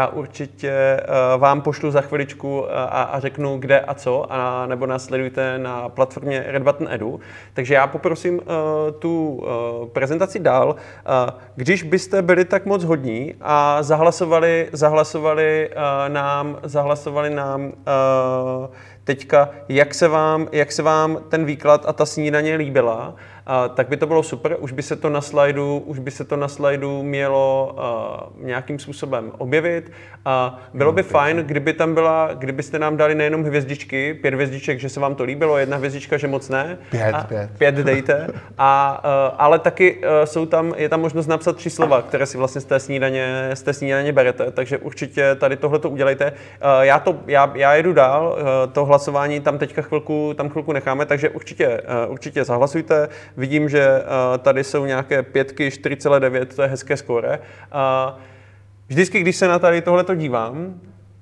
vám pošlu za chviličku a řeknu kde a co, a nebo nás sledujte na platformě Red Button Edu. Takže já poprosím tu prezentaci dál. Když byste byli tak moc hodní a zahlasovali nám teďka, jak se vám ten výklad a ta snídaně líbila, tak by to bylo super, už by se to na slajdu mělo nějakým způsobem objevit. Bylo by fajn, kdybyste nám dali nejenom hvězdičky, 5 hvězdiček, že se vám to líbilo, 1 hvězdička, že moc ne. 5 dejte. Ale taky je tam možnost napsat 3 slova, které si vlastně z té snídaně berete, takže určitě tady tohle to udělejte. Já jedu dál, to hlasování tam teďka chvilku necháme, takže určitě zahlasujte. Vidím, že tady jsou nějaké 5, 4,9, to je hezké skóre. Vždycky, když se na tady tohleto dívám,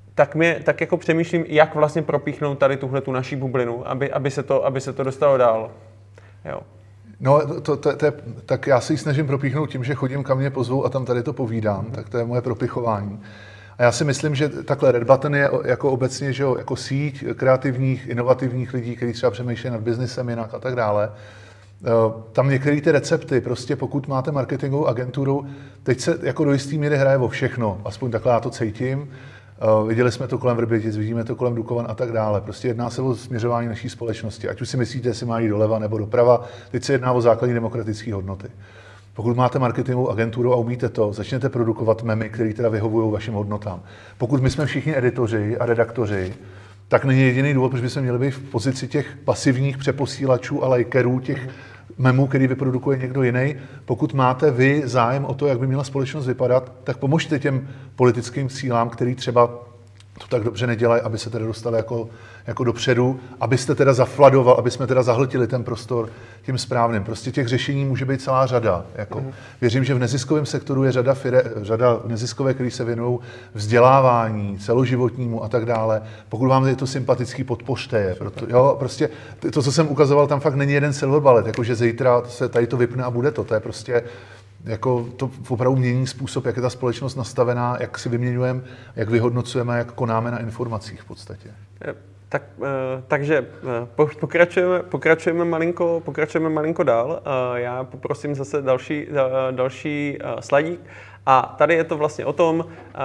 tak jako přemýšlím, jak vlastně propíchnout tady tuhletu naší bublinu, aby se to dostalo dál. Jo. No, tak já se ji snažím propíchnout tím, že chodím, kam mě pozvou a tam tady to povídám, tak to je moje propichování. A já si myslím, že takhle Red Button je jako obecně, že jako síť kreativních, inovativních lidí, kteří třeba přemýšlejí nad biznesem jinak a tak dále. Tam některé ty recepty, prostě pokud máte marketingovou agenturu, teď se jako do jistý míry hraje o všechno, aspoň takhle já to cítím. Viděli jsme to kolem Vrbětic, vidíme to kolem Dukovan a tak dále. Prostě jedná se o směřování naší společnosti. Ať už si myslíte, jestli má jít doleva nebo doprava, teď se jedná o základní demokratické hodnoty. Pokud máte marketingovou agenturu a umíte to, začněte produkovat memy, které teda vyhovují vašim hodnotám. Pokud my jsme všichni editoři a redaktoři, tak není jediný důvod, proč bychom měli být v pozici těch pasivních přeposílačů a lajkerů, těch memů, který vyprodukuje někdo jiný. Pokud máte vy zájem o to, jak by měla společnost vypadat, tak pomožte těm politickým sílám, který třeba to tak dobře nedělají, aby se teda dostali jako dopředu, abyste teda zafladoval, aby jsme teda zahltili ten prostor tím správným. Prostě těch řešení může být celá řada. Věřím, že v neziskovém sektoru je řada neziskové, které se věnují vzdělávání, celoživotnímu a tak dále. Pokud vám je to sympatický, podpořte je. Prostě to, co jsem ukazoval, tam fakt není jeden silver bullet, jakože zítra se tady to vypne a bude to. To je prostě jako to opravdu mění způsob, jak je ta společnost nastavená, jak si vyměňujeme, jak vyhodnocujeme, jak konáme na informacích v podstatě. Takže pokračujeme malinko dál. Já poprosím zase další slajdík. A tady je to vlastně o tom,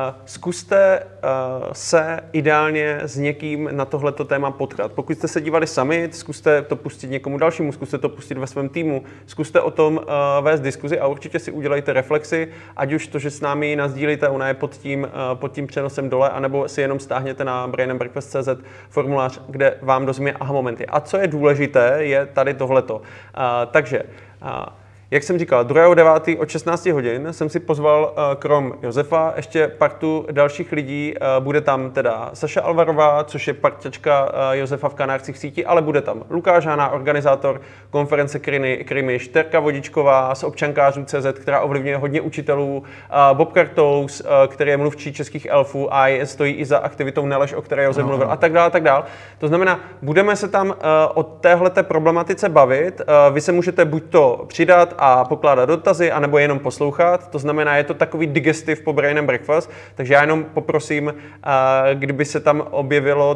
zkuste se ideálně s někým na tohleto téma potkat. Pokud jste se dívali sami, zkuste to pustit někomu dalšímu, zkuste to pustit ve svém týmu, zkuste o tom vést diskuzi a určitě si udělejte reflexy, ať už to, že s námi ji nasdílíte, ona je pod tím přenosem dole, anebo si jenom stáhněte na brainandbreakfast.cz formulář, kde vám dozvíme aha momenty. A co je důležité, je tady tohleto. Takže jak jsem říkal, 2.9. od 16 hodin jsem si pozval krom Josefa ještě partu dalších lidí. Bude tam teda Saša Alvarová, což je parťačka Josefa v Kanárcích síti, ale bude tam Lukáš Hána, organizátor konference Krymy, Terka Vodičková z občankářů.cz, která ovlivňuje hodně učitelů, Bob Kartous, který je mluvčí českých elfů a stojí i za aktivitou Nelež, o které Josef mluvil a tak dále, tak dále. To znamená, budeme se tam o téhleté problematice bavit. Vy se můžete buď to přidat a pokládat dotazy, anebo jenom poslouchat. To znamená, je to takový digestiv po Brain and Breakfast, takže já jenom poprosím, kdyby se tam objevilo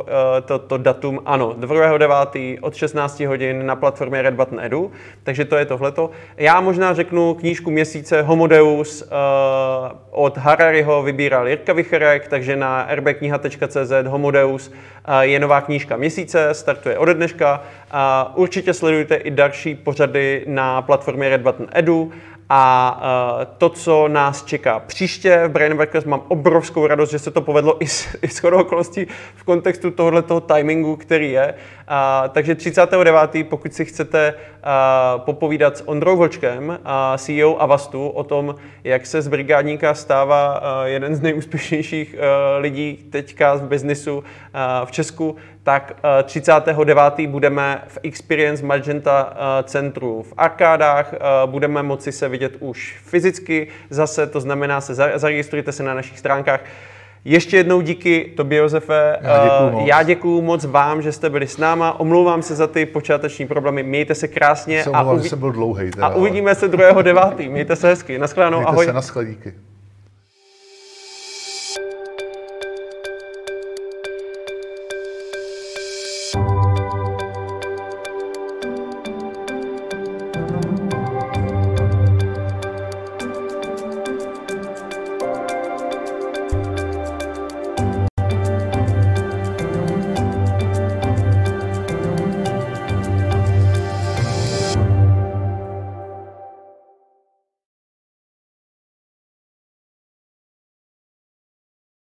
to datum, ano, 2.9. od 16 hodin na platformě Red Button Edu, takže to je tohleto. Já možná řeknu knížku měsíce Homo Deus od Harariho vybíral Jirka Vicherek, takže na rbkniha.cz Homo Deus je nová knížka měsíce, startuje ode dneška. Určitě sledujte i další pořady na platformě Red Button Edu a to, co nás čeká příště v Brain and Breakfast, mám obrovskou radost, že se to povedlo i shodou okolností v kontextu tohoto timingu, který je. Takže 39. pokud si chcete popovídat s Ondrou Vlčkem, CEO Avastu, o tom, jak se z brigádníka stává jeden z nejúspěšnějších lidí teďka v biznisu v Česku, tak 39. budeme v Experience Magenta centru v Arkádách, budeme moci se vidět už fyzicky vzácase, to znamená, zaregistrujte se na našich stránkách. Ještě jednou díky tobě, Josefe. Já děkuju moc vám, že jste byli s náma. Omlouvám se za ty počáteční problémy. Mějte se krásně jsem byl dlouhej, a uvidíme se 2.9. Mějte se hezky. Naschledanou, ahoj. Mějte se, na shledíky.